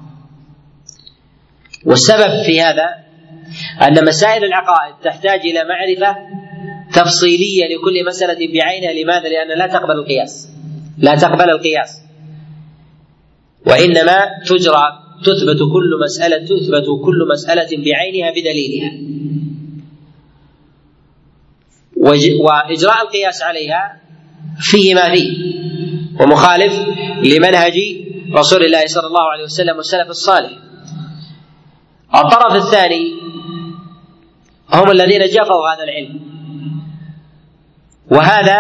والسبب في هذا أن مسائل العقائد تحتاج إلى معرفة تفصيلية لكل مسألة بعينها. لماذا؟ لأن لا تقبل القياس، وإنما تثبت كل مسألة بعينها بدليلها، وإجراء القياس عليها فيه ما فيه، ومخالف لمنهج رسول الله صلى الله عليه وسلم والسلف الصالح. الطرف الثاني هم الذين جفوا هذا العلم، وهذا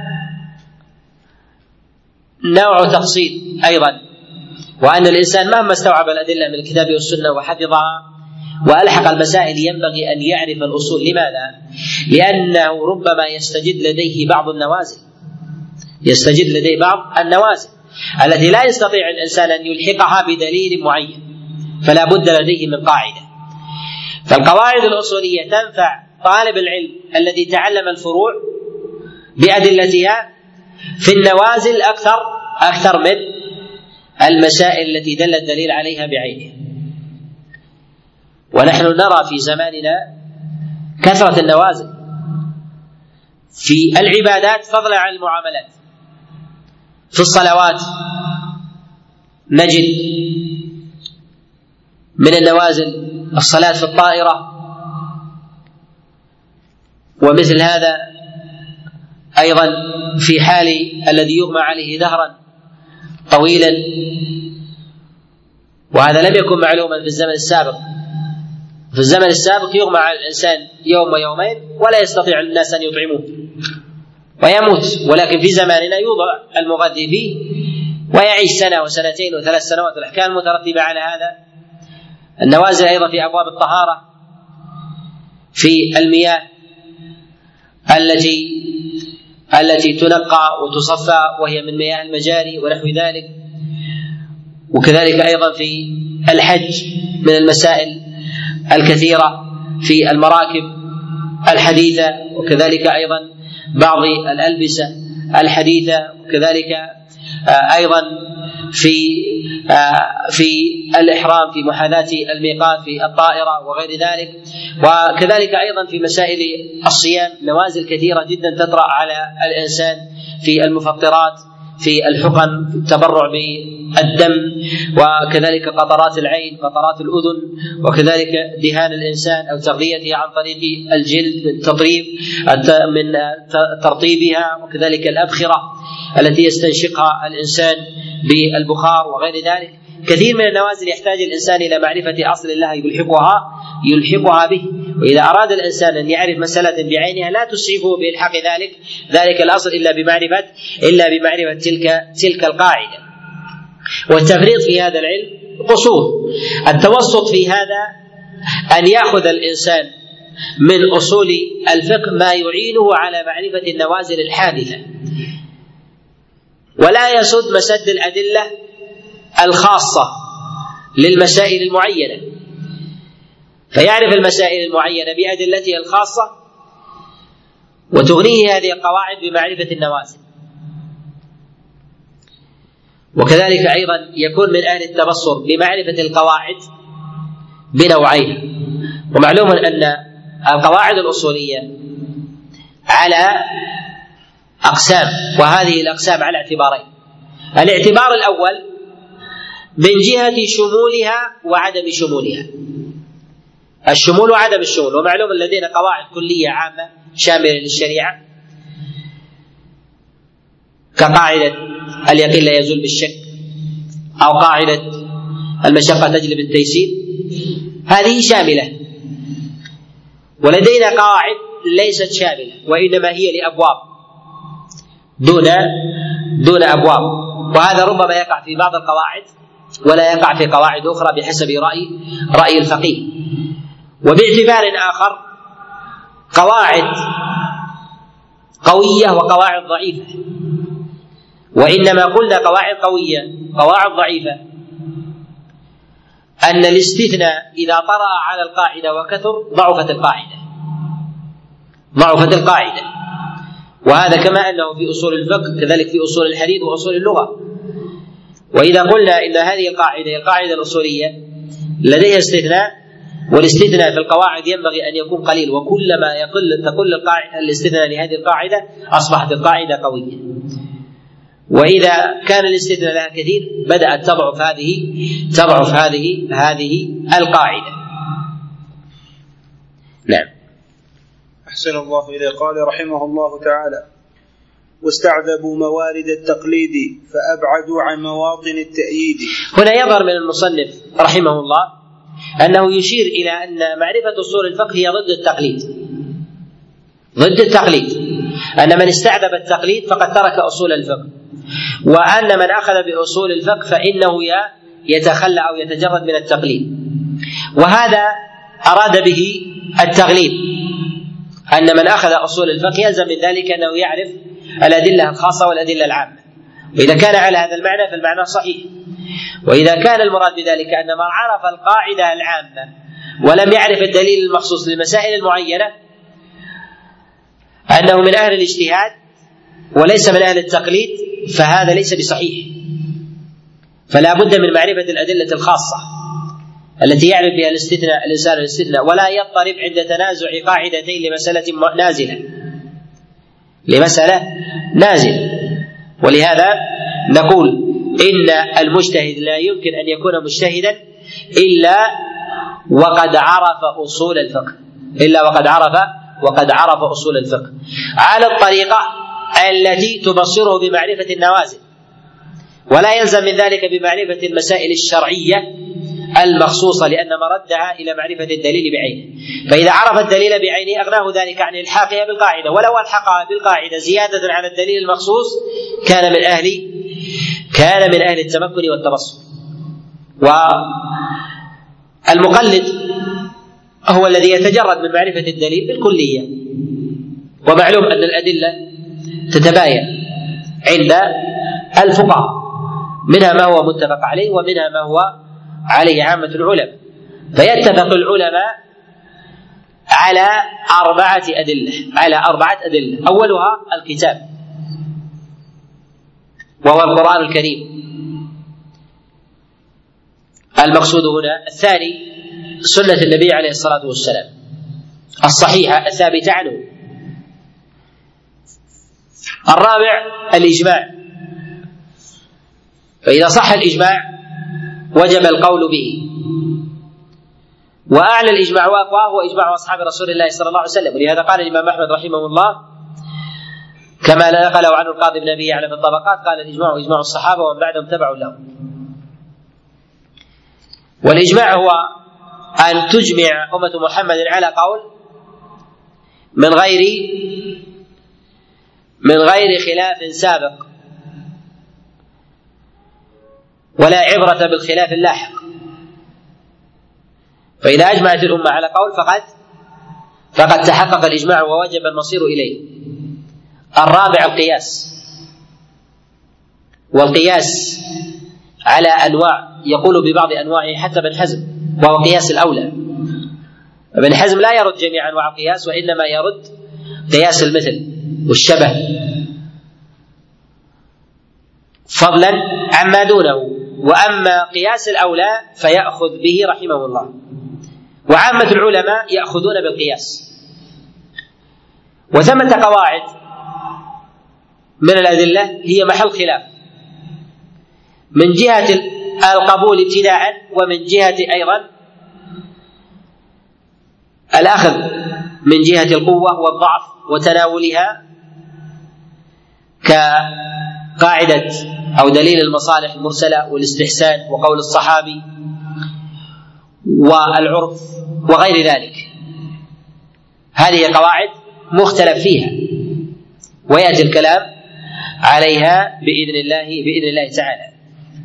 نوع تفصيل أيضا، وأن الإنسان مهما استوعب الأدلة من الكتاب والسنة وحفظها وألحق المسائل ينبغي أن يعرف الأصول. لماذا؟ لأنه ربما يستجد لديه بعض النوازل التي لا يستطيع الإنسان أن يلحقها بدليل معين، فلا بد لديه من قاعدة. فالقواعد الأصولية تنفع طالب العلم الذي تعلم الفروع بأدلتها في النوازل أكثر من المسائل التي دل الدليل عليها بعينها. ونحن نرى في زماننا كثرة النوازل في العبادات فضلا عن المعاملات. في الصلوات نجد من النوازل الصلاة في الطائرة، ومثل هذا أيضا في حال الذي يغمى عليه دهرا طويلا، وهذا لم يكن معلوما في الزمن السابق. في الزمن السابق يغمى على الإنسان يوم ويومين ولا يستطيع الناس أن يطعموه ويموت، ولكن في زماننا يوضع المغذي فيه ويعيش سنة وسنتين وثلاث سنوات. الأحكام المترتبة على هذا النوازل أيضا في أبواب الطهارة، في المياه التي تنقى وتصفى وهي من مياه المجاري ونحو ذلك، وكذلك أيضا في الحج من المسائل الكثيرة في المراكب الحديثة، وكذلك أيضا بعض الألبسة الحديثة، وكذلك أيضا في الإحرام، في محاذاة الميقات، في الطائرة وغير ذلك. وكذلك أيضا في مسائل الصيام نوازل كثيرة جدا تطرأ على الإنسان، في المفطرات، في الحقن، في التبرع بالدم، وكذلك قطرات العين، قطرات الأذن، وكذلك دهان الإنسان أو تغذيته عن طريق الجلد من ترطيبها، وكذلك الأبخرة التي يستنشقها الإنسان بالبخار وغير ذلك. كثير من النوازل يحتاج الإنسان إلى معرفة أصل الله يلحقها به. وإذا أراد الإنسان أن يعرف مسألة بعينها لا تسعفه بإلحاق ذلك الأصل إلا بمعرفة تلك القاعدة. والتفريط في هذا العلم قصور. التوسط في هذا أن يأخذ الإنسان من أصول الفقه ما يعينه على معرفة النوازل الحادثة، ولا يسد مسد الأدلة الخاصة للمسائل المعينة، فيعرف المسائل المعينة بأدلتها الخاصة وتغنيه هذه القواعد بمعرفة النوازل. وكذلك أيضا يكون من أهل التبصر بمعرفة القواعد بنوعين. ومعلوم أن القواعد الأصولية على أقسام، وهذه الأقسام على اعتبارين. الاعتبار الأول من جهة شمولها وعدم شمولها، الشمول وعدم الشمول. ومعلوم الذين قواعد كلية عامة شاملة للشريعة كقاعدة اليقين لا يزول بالشك، أو قاعدة المشقة تجلب التيسير، هذه شاملة. ولدينا قواعد ليست شاملة، وإنما هي لأبواب دون أبواب، وهذا ربما يقع في بعض القواعد ولا يقع في قواعد أخرى بحسب رأي الفقيه. وباعتبار آخر قواعد قوية وقواعد ضعيفة. وإنما قلنا قواعد قوية قواعد ضعيفة أن الاستثناء إذا طرأ على القاعدة وكثر ضعفت القاعدة. وهذا كما أنه في أصول الفقه كذلك في أصول الحديث وأصول اللغة. وإذا قلنا إن هذه القاعدة الأصولية لديها استثناء، والاستثناء في القواعد ينبغي أن يكون قليل، وكلما تقل الاستثناء لهذه القاعدة أصبحت القاعدة قوية. وإذا كان الاستثناء لها كثير بدأت تضعف هذه القاعدة. نعم. أحسن الله إليه. قال رحمه الله تعالى: واستعذبوا موارد التقليد فأبعدوا عن مواطن التأييد. هنا يظهر من المصنف رحمه الله أنه يشير إلى أن معرفة أصول الفقه هي ضد التقليد، أن من استعذب التقليد فقد ترك أصول الفقه، وأن من أخذ بأصول الفقه فإنه يتخلى أو يتجرد من التقليد. وهذا أراد به التغليب، أن من أخذ أصول الفقه يلزم من ذلك أنه يعرف الأدلة الخاصة والأدلة العامة. وإذا كان على هذا المعنى فالمعنى صحيح. وإذا كان المراد بذلك أن من عرف القاعدة العامة ولم يعرف الدليل المخصوص للمسائل المعينة أنه من أهل الاجتهاد وليس من أهل التقليد، فهذا ليس بصحيح. فلا بد من معرفة الأدلة الخاصة التي يعرف بها الإنسان الاستثناء، ولا يضطرب عند تنازع قاعدتين لمسألة نازلة. ولهذا نقول إن المجتهد لا يمكن أن يكون مجتهدا إلا وقد عرف أصول الفقه على الطريقة التي تبصره بمعرفة النوازل، ولا يلزم من ذلك بمعرفة المسائل الشرعية المخصوصة، لأن مردها إلى معرفة الدليل بعينه. فإذا عرف الدليل بعينه أغناه ذلك عن إلحاقها بالقاعدة، ولو ألحقها بالقاعدة زيادة على الدليل المخصوص كان من أهل التمكن والتبصر. والمقلد هو الذي يتجرد من معرفة الدليل بالكلية. ومعلوم أن الأدلة تتباين عند الفقهاء، منها ما هو متفق عليه ومنها ما هو عليه عامة العلماء. فيتفق العلماء على أربعة أدلة. أولها الكتاب، وهو القرآن الكريم. المقصود هنا الثاني سنة النبي عليه الصلاة والسلام الصحيحة الثابتة عنه. الرابع الإجماع، فإذا صح الإجماع وجب القول به، وأعلى الإجماع وأقواه هو إجماع أصحاب رسول الله صلى الله عليه وسلم. ولهذا قال الإمام أحمد رحمه الله كما نقله عنه القاضي بن أبي يعلى في الطبقات قال الإجماع إجماع الصحابة ومن بعدهم تبع لهم. والإجماع هو أن تجمع أمة محمد على قول من غير خلاف سابق، ولا عبرة بالخلاف اللاحق. فإذا أجمعت الأمة على قول فقد تحقق الإجماع ووجب المصير إليه. الرابع القياس، والقياس على أنواع يقول ببعض أنواعه حتى ابن حزم وهو قياس الأولى. ابن حزم لا يرد جميع أنواع القياس وإنما يرد قياس المثل والشبه فضلا عما دونه، وأما قياس الأولى فيأخذ به رحمه الله. وعامة العلماء يأخذون بالقياس. وثمة قواعد من الأدلة هي محل خلاف من جهة القبول ابتداء، ومن جهة أيضا الأخذ من جهة القوة والضعف وتناولها، كقاعدة أو دليل المصالح المرسلة والاستحسان وقول الصحابي والعرف وغير ذلك. هذه قواعد مختلف فيها ويأتي الكلام عليها بإذن الله تعالى.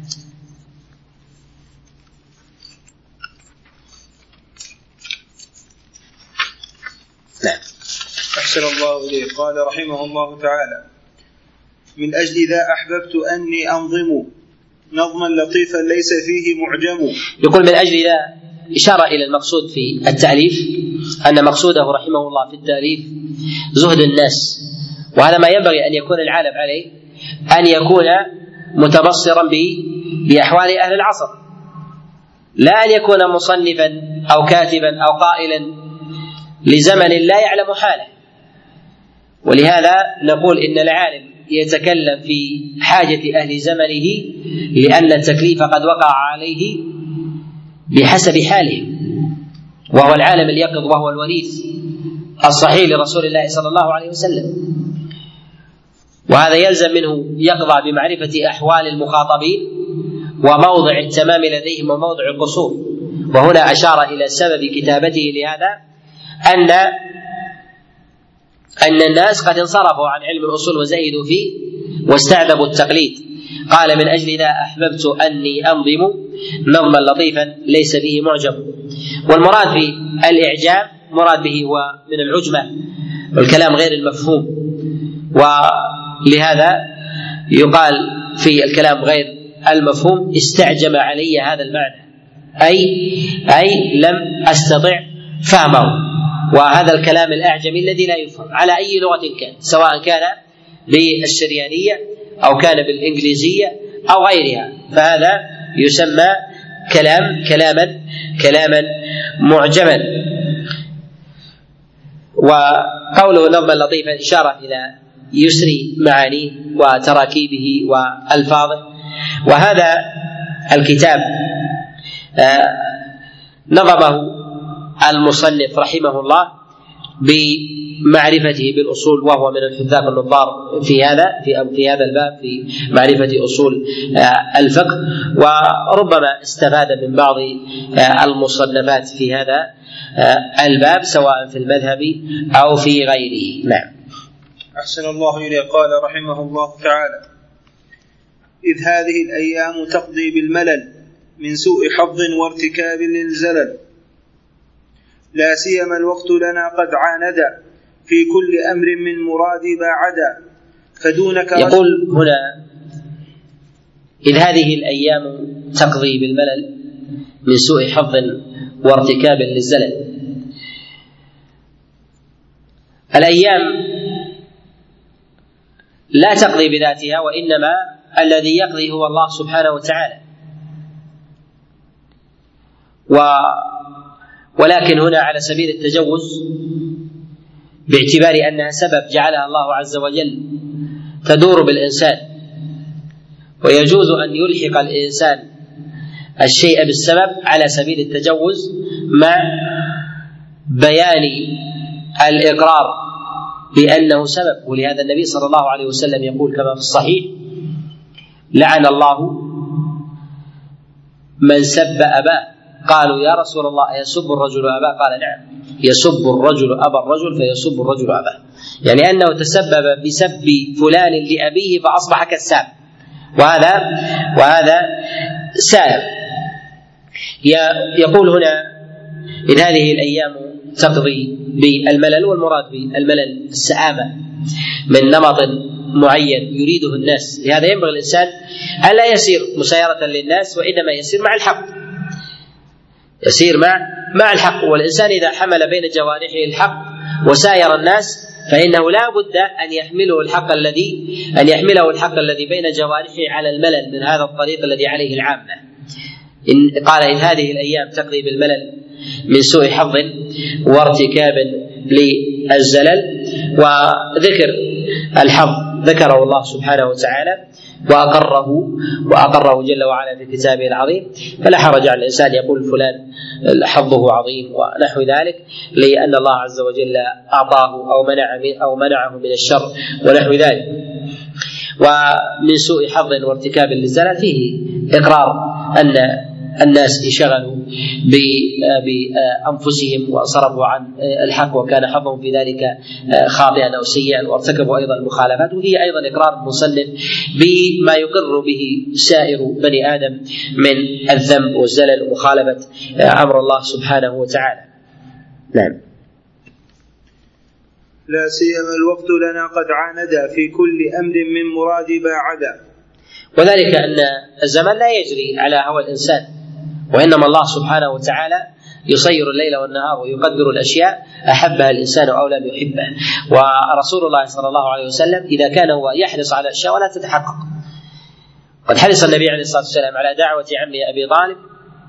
نعم. أحسن الله إليه. قال رحمه الله تعالى: من أجل ذا أحببت أني أنظم نظما لطيفا ليس فيه معجم. يقول من أجل ذا إشارة إلى المقصود في التأليف، أن مقصوده رحمه الله في التأليف زهد الناس، وهذا ما ينبغي أن يكون العالم عليه، أن يكون متبصرا بأحوال أهل العصر، لا أن يكون مصنفا أو كاتبا أو قائلا لزمن لا يعلم حاله. ولهذا نقول إن العالم يتكلم في حاجة أهل زمنه، لأن التكليف قد وقع عليه بحسب حالهم، وهو العالم اليقظ وهو الوريث الصحيح لرسول الله صلى الله عليه وسلم. وهذا يلزم منه يقظة بمعرفة أحوال المخاطبين وموضع التمام لديهم وموضع القصور. وهنا أشار إلى سبب كتابته لهذا أن الناس قد انصرفوا عن علم الأصول وزهدوا فيه واستعذبوا التقليد. قال من أجل ذا أحببت أني أنظم نظما لطيفا ليس فيه معجم. والمراد في الإعجام مراد به هو من العجمة والكلام غير المفهوم، ولهذا يقال في الكلام غير المفهوم استعجم علي هذا المعنى، أي لم أستطع فهمه. وهذا الكلام الأعجمي الذي لا يفهم على أي لغة كان، سواء كان بالسريانية أو كان بالإنجليزية أو غيرها، فهذا يسمى كلاما معجما. وقوله نظما لطيفا إشارة إلى يسر معانيه وتراكيبه وألفاظه. وهذا الكتاب نظمه المصنف رحمه الله بمعرفته بالأصول، وهو من الحذاق النظار في هذا الباب في معرفة أصول الفقه، وربما استفاد من بعض المصنفات في هذا الباب سواء في المذهب أو في غيره. نعم. أحسن الله إليه. قال رحمه الله تعالى: إذ هذه الأيام تقضي بالملل من سوء حظ وارتكاب للزلل، لا سيما الوقت لنا قد عاندا في كل أمر من مراد باعدا فدونك. يقول هنا: إذ هذه الأيام تقضي بالملل من سوء حظ وارتكاب للزلل. الأيام لا تقضي بذاتها، وإنما الذي يقضي هو الله سبحانه وتعالى. ولكن هنا على سبيل التجوز باعتبار أنها سبب جعلها الله عز وجل تدور بالإنسان، ويجوز أن يلحق الإنسان الشيء بالسبب على سبيل التجوز مع بيان الإقرار بأنه سبب. ولهذا النبي صلى الله عليه وسلم يقول كما في الصحيح: لعن الله من سب أباه. قالوا: يا رسول الله يسب الرجل أباه؟ قال: نعم، يسب الرجل أبا الرجل فيسب الرجل أباه، يعني أنه تسبب بسب فلان لأبيه فأصبح كالساب، وهذا سائر. يقول هنا: إن هذه الأيام تقضي بالملل، والمراد بالملل السآمة من نمط معين يريده الناس. لهذا ينبغي الإنسان ألا يسير مسايرة للناس، وإنما يسير مع الحق، يسير مع الحق. والإنسان إذا حمل بين جوارحه الحق وساير الناس فإنه لا بد أن يحمله الحق الذي بين جوارحه على الملل من هذا الطريق الذي عليه العامة. قال: إن هذه الأيام تقضي بالملل من سوء حظ وارتكاب للزلل. وذكر الحظ ذكره الله سبحانه وتعالى وأقره جل وعلا في كتابه العظيم، فلا حرج على الإنسان يقول فلان حظه عظيم ونحو ذلك، لأن الله عز وجل أعطاه أو منعه من الشر ونحو ذلك. ومن سوء حظ وارتكاب للزلل فيه إقرار أن الناس انشغلوا بأنفسهم وانصرفوا عن الحق وكان حظهم في ذلك خاطئا أو سيئا وارتكبوا أيضا المخالفات، وهي أيضا إقرار المصنف بما يقر به سائر بني آدم من الذنب والزلل ومخالفة أمر الله سبحانه وتعالى. نعم. لا سيما الوقت لنا قد عاندا في كل أمر من مراد باعدا. وذلك أن الزمن لا يجري على هوى الإنسان، وإنما الله سبحانه وتعالى يصير الليل والنهار ويقدر الأشياء أحبها الإنسان أو لم يحبها. ورسول الله صلى الله عليه وسلم إذا كان هو يحرص على الأشياء ولا تتحقق، قد حرص النبي عليه الصلاة والسلام على دعوة عمه أبي طالب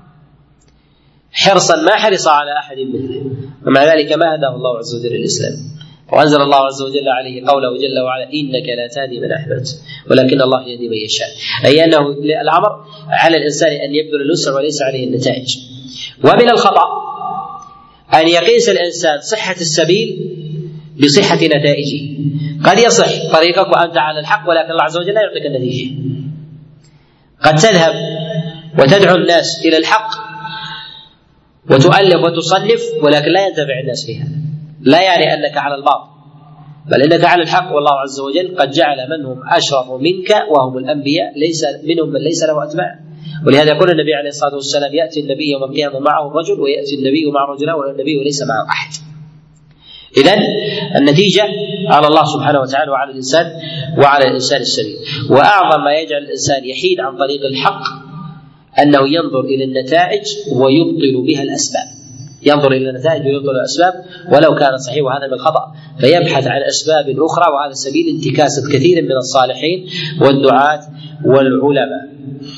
حرصا ما حرص على أحد مثله، ومع ذلك ما هداه الله عز وجل الإسلام. وأنزل الله عز وجل عليه قوله جل وعلا: إنك لا تهدي من أحببت ولكن الله يهدي من يشاء، أي أنه الأمر على الإنسان أن يبذل الوسع وليس عليه النتائج. ومن الخطأ أن يقيس الإنسان صحة السبيل بصحة نتائجه. قد يصح طريقك وأنت على الحق، ولكن الله عز وجل لا يعطيك النتيجة. قد تذهب وتدعو الناس إلى الحق وتؤلف وتصنف، ولكن لا ينتفع الناس فيها، لا يعني أنك على الباطل، بل إنك على الحق. والله عز وجل قد جعل من هم أشرف منك وهم الأنبياء ليس منهم من ليس له أتباع. ولهذا يقول النبي عليه الصلاة والسلام: يأتي النبي يوم القيامة معه الرجل، ويأتي النبي مع رجلان، والنبي ليس معه أحد. إذن النتيجة على الله سبحانه وتعالى وعلى الإنسان السبيل. وأعظم ما يجعل الإنسان يحيد عن طريق الحق أنه ينظر إلى النتائج ويبطل بها الأسباب، ينظر إلى النتائج ويبطل الأسباب ولو كان صحيح، وهذا من الخطأ، فيبحث عن أسباب أخرى، وهذا سبيل انتكاسة كثير من الصالحين والدعاة والعلماء.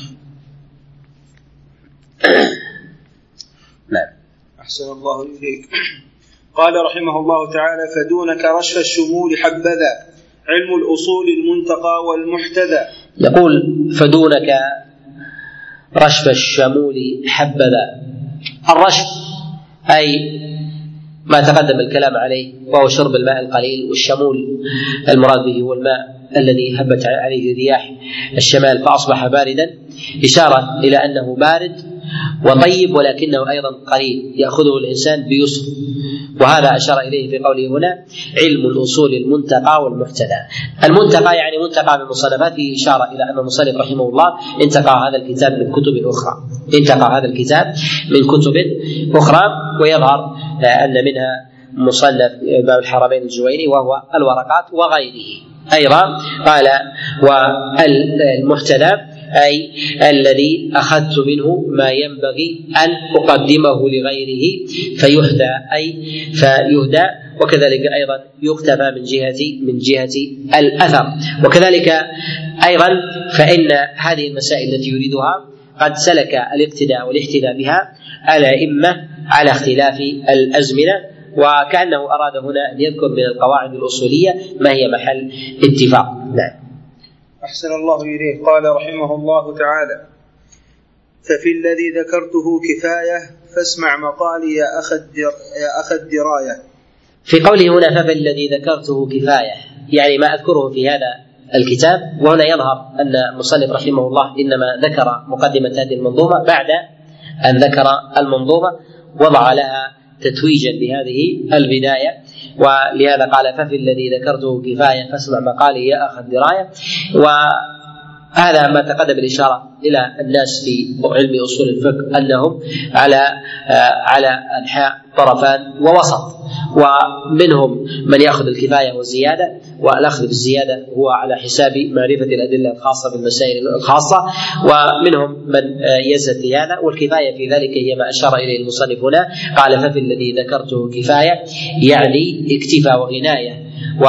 نعم. أحسن الله إليك. قال رحمه الله تعالى: فدونك رشف الشمول حبذا علم الأصول المنتقى والمحتذى. يقول: فدونك رشف الشمول حبذا. الرشف أي ما تقدم الكلام عليه، وهو شرب الماء القليل، والشمول المراد به هو الماء الذي هبت عليه رياح الشمال فأصبح باردا، إشارة إلى أنه بارد وطيب ولكنه أيضا قليل يأخذه الإنسان بيسر. وهذا أشار إليه في قوله هنا: علم الأصول المنتقى والمحتذى. المنتقى يعني منتقى من مصنفات، فيه إشارة إلى أن المصنف رحمه الله انتقى هذا الكتاب من كتب أخرى، ويظهر أن منها مصنف باب الحرمين الجويني وهو الورقات وغيره أيضا. قال: والمحتذى أي الذي أخذت منه ما ينبغي أن أقدمه لغيره فيهدى، وكذلك أيضا يقتفى من جهة الأثر. وكذلك أيضا فإن هذه المسائل التي يريدها قد سلك الاقتداء والاحتذاء بها الأئمة على اختلاف الأزمنة، وكأنه أراد هنا أن يذكر من القواعد الأصولية ما هي محل اتفاق. نعم. أحسن الله إليه. قال رحمه الله تعالى: ففي الذي ذكرته كفاية فاسمع مقالي يا أخ الدراية. في قوله هنا ففي الذي ذكرته كفاية يعني ما أذكره في هذا الكتاب، وهنا يظهر أن المصنف رحمه الله إنما ذكر مقدمة هذه المنظومة بعد أن ذكر المنظومة، وضع لها تتويجا بهذه البداية، ولهذا قال ففي الذي ذكرته كفاية فاسمع مقالي يا أخ الدراية. وهذا ما تقدم الإشارة إلى الناس في علم أصول الفقه أنهم على أنحاء طرفان ووسط، ومنهم من يأخذ الكفاية والزيادة، والأخذ بالزيادة هو على حساب معرفة الأدلة الخاصة بالمسائل الخاصة، ومنهم من يزهد في هذا، والكفاية في ذلك هي ما أشار إليه المصنف هنا. قال ففي الذي ذكرته كفاية يعني اكتفى وغناية،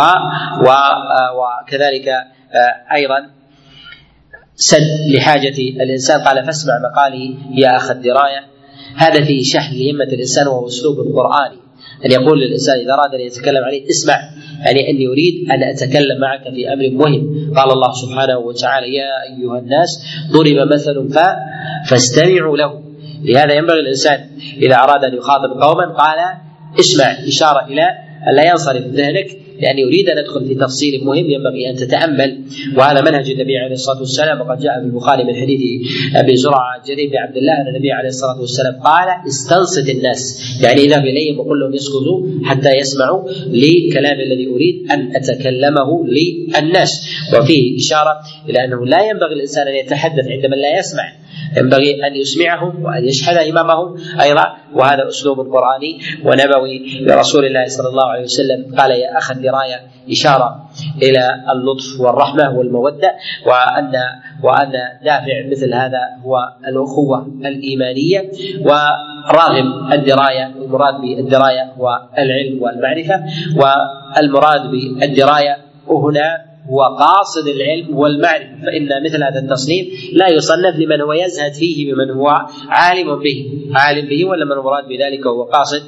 وكذلك أيضا سد لحاجة الإنسان. قال فاسمع مقالي يا أخ الدراية، هذا فيه شحن لهمة الإنسان وهو أسلوب قرآني، أن يقول للإنسان إذا أراد أن يتكلم عليه اسمع، يعني أني أريد أن أتكلم معك في أمر مهم. قال الله سبحانه وتعالى يا أيها الناس ضرب مثل فاستمعوا له. لهذا ينبغي الإنسان إذا أراد أن يخاطب قوما قال اسمع، إشارة إلى أن لا ينصرف ذهنك، لأن يريد أن ندخل في تفصيل مهم ينبغي أن تتأمل، وهذا منهج النبي عليه الصلاة والسلام. وقد جاء في البخاري من حديث أبي زرعة جرير بن عبد الله أن النبي عليه الصلاة والسلام قال استنصت الناس، يعني إذا إليهم وقل لهم يسكتوا حتى يسمعوا لكلام الذي أريد أن أتكلمه للناس. وفيه إشارة إلى أنه لا ينبغي الإنسان أن يتحدث عندما لا يسمع، ينبغي أن يسمعهم وأن يشهد إمامهم أيضا، وهذا أسلوب قرآني ونبوي لرسول الله صلى الله عليه وسلم. قال يا أخ الدراية إشارة إلى اللطف والرحمة والمودة، وأن دافع مثل هذا هو الأخوة الإيمانية. وراغب الدراية، المراد بالدراية هو العلم والمعرفة، والمراد بالدراية هنا هو قاصد العلم والمعرفة، فإن مثل هذا التصنيف لا يصنف لمن هو يزهد فيه بمن هو عالم به، ولا من المراد بذلك هو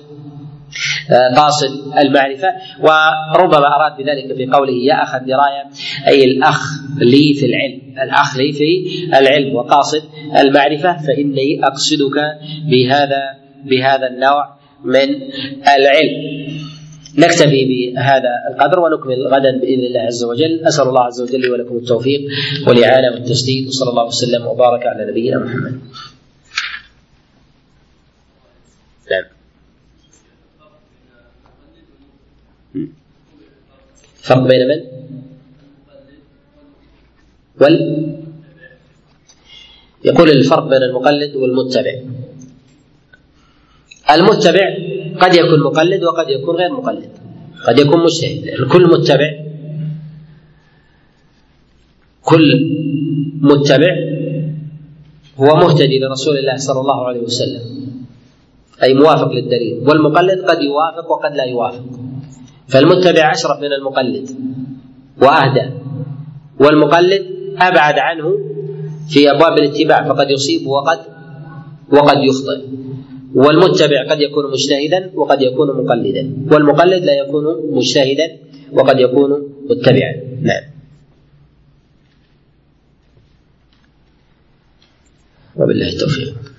قاصد المعرفة. وربما أراد بذلك في قوله يا أخ الدراية أي الأخ لي في العلم وقاصد المعرفة، فإني أقصدك بهذا النوع من العلم. نكتفي بهذا القدر ونكمل غدا بإذن الله عز وجل. أسأل الله عز وجل ولكم التوفيق والإعانة والتسديد، وصلى الله وسلم وبارك على نبينا محمد. نعم. فرق بين من؟ يقول الفرق بين المقلد والمتبع. المتبع قد يكون مقلد وقد يكون غير مقلد، قد يكون مجتهد. كل متبع هو مهتدي لرسول الله صلى الله عليه وسلم، أي موافق للدليل. والمقلد قد يوافق وقد لا يوافق، فالمتبع أشرف من المقلد وأهدى، والمقلد أبعد عنه في أبواب الاتباع، فقد يصيب وقد يخطئ. والمتبع قد يكون مجتهدا وقد يكون مقلدا، والمقلد لا يكون مجتهدا وقد يكون متبعا. نعم. وبالله التوفيق.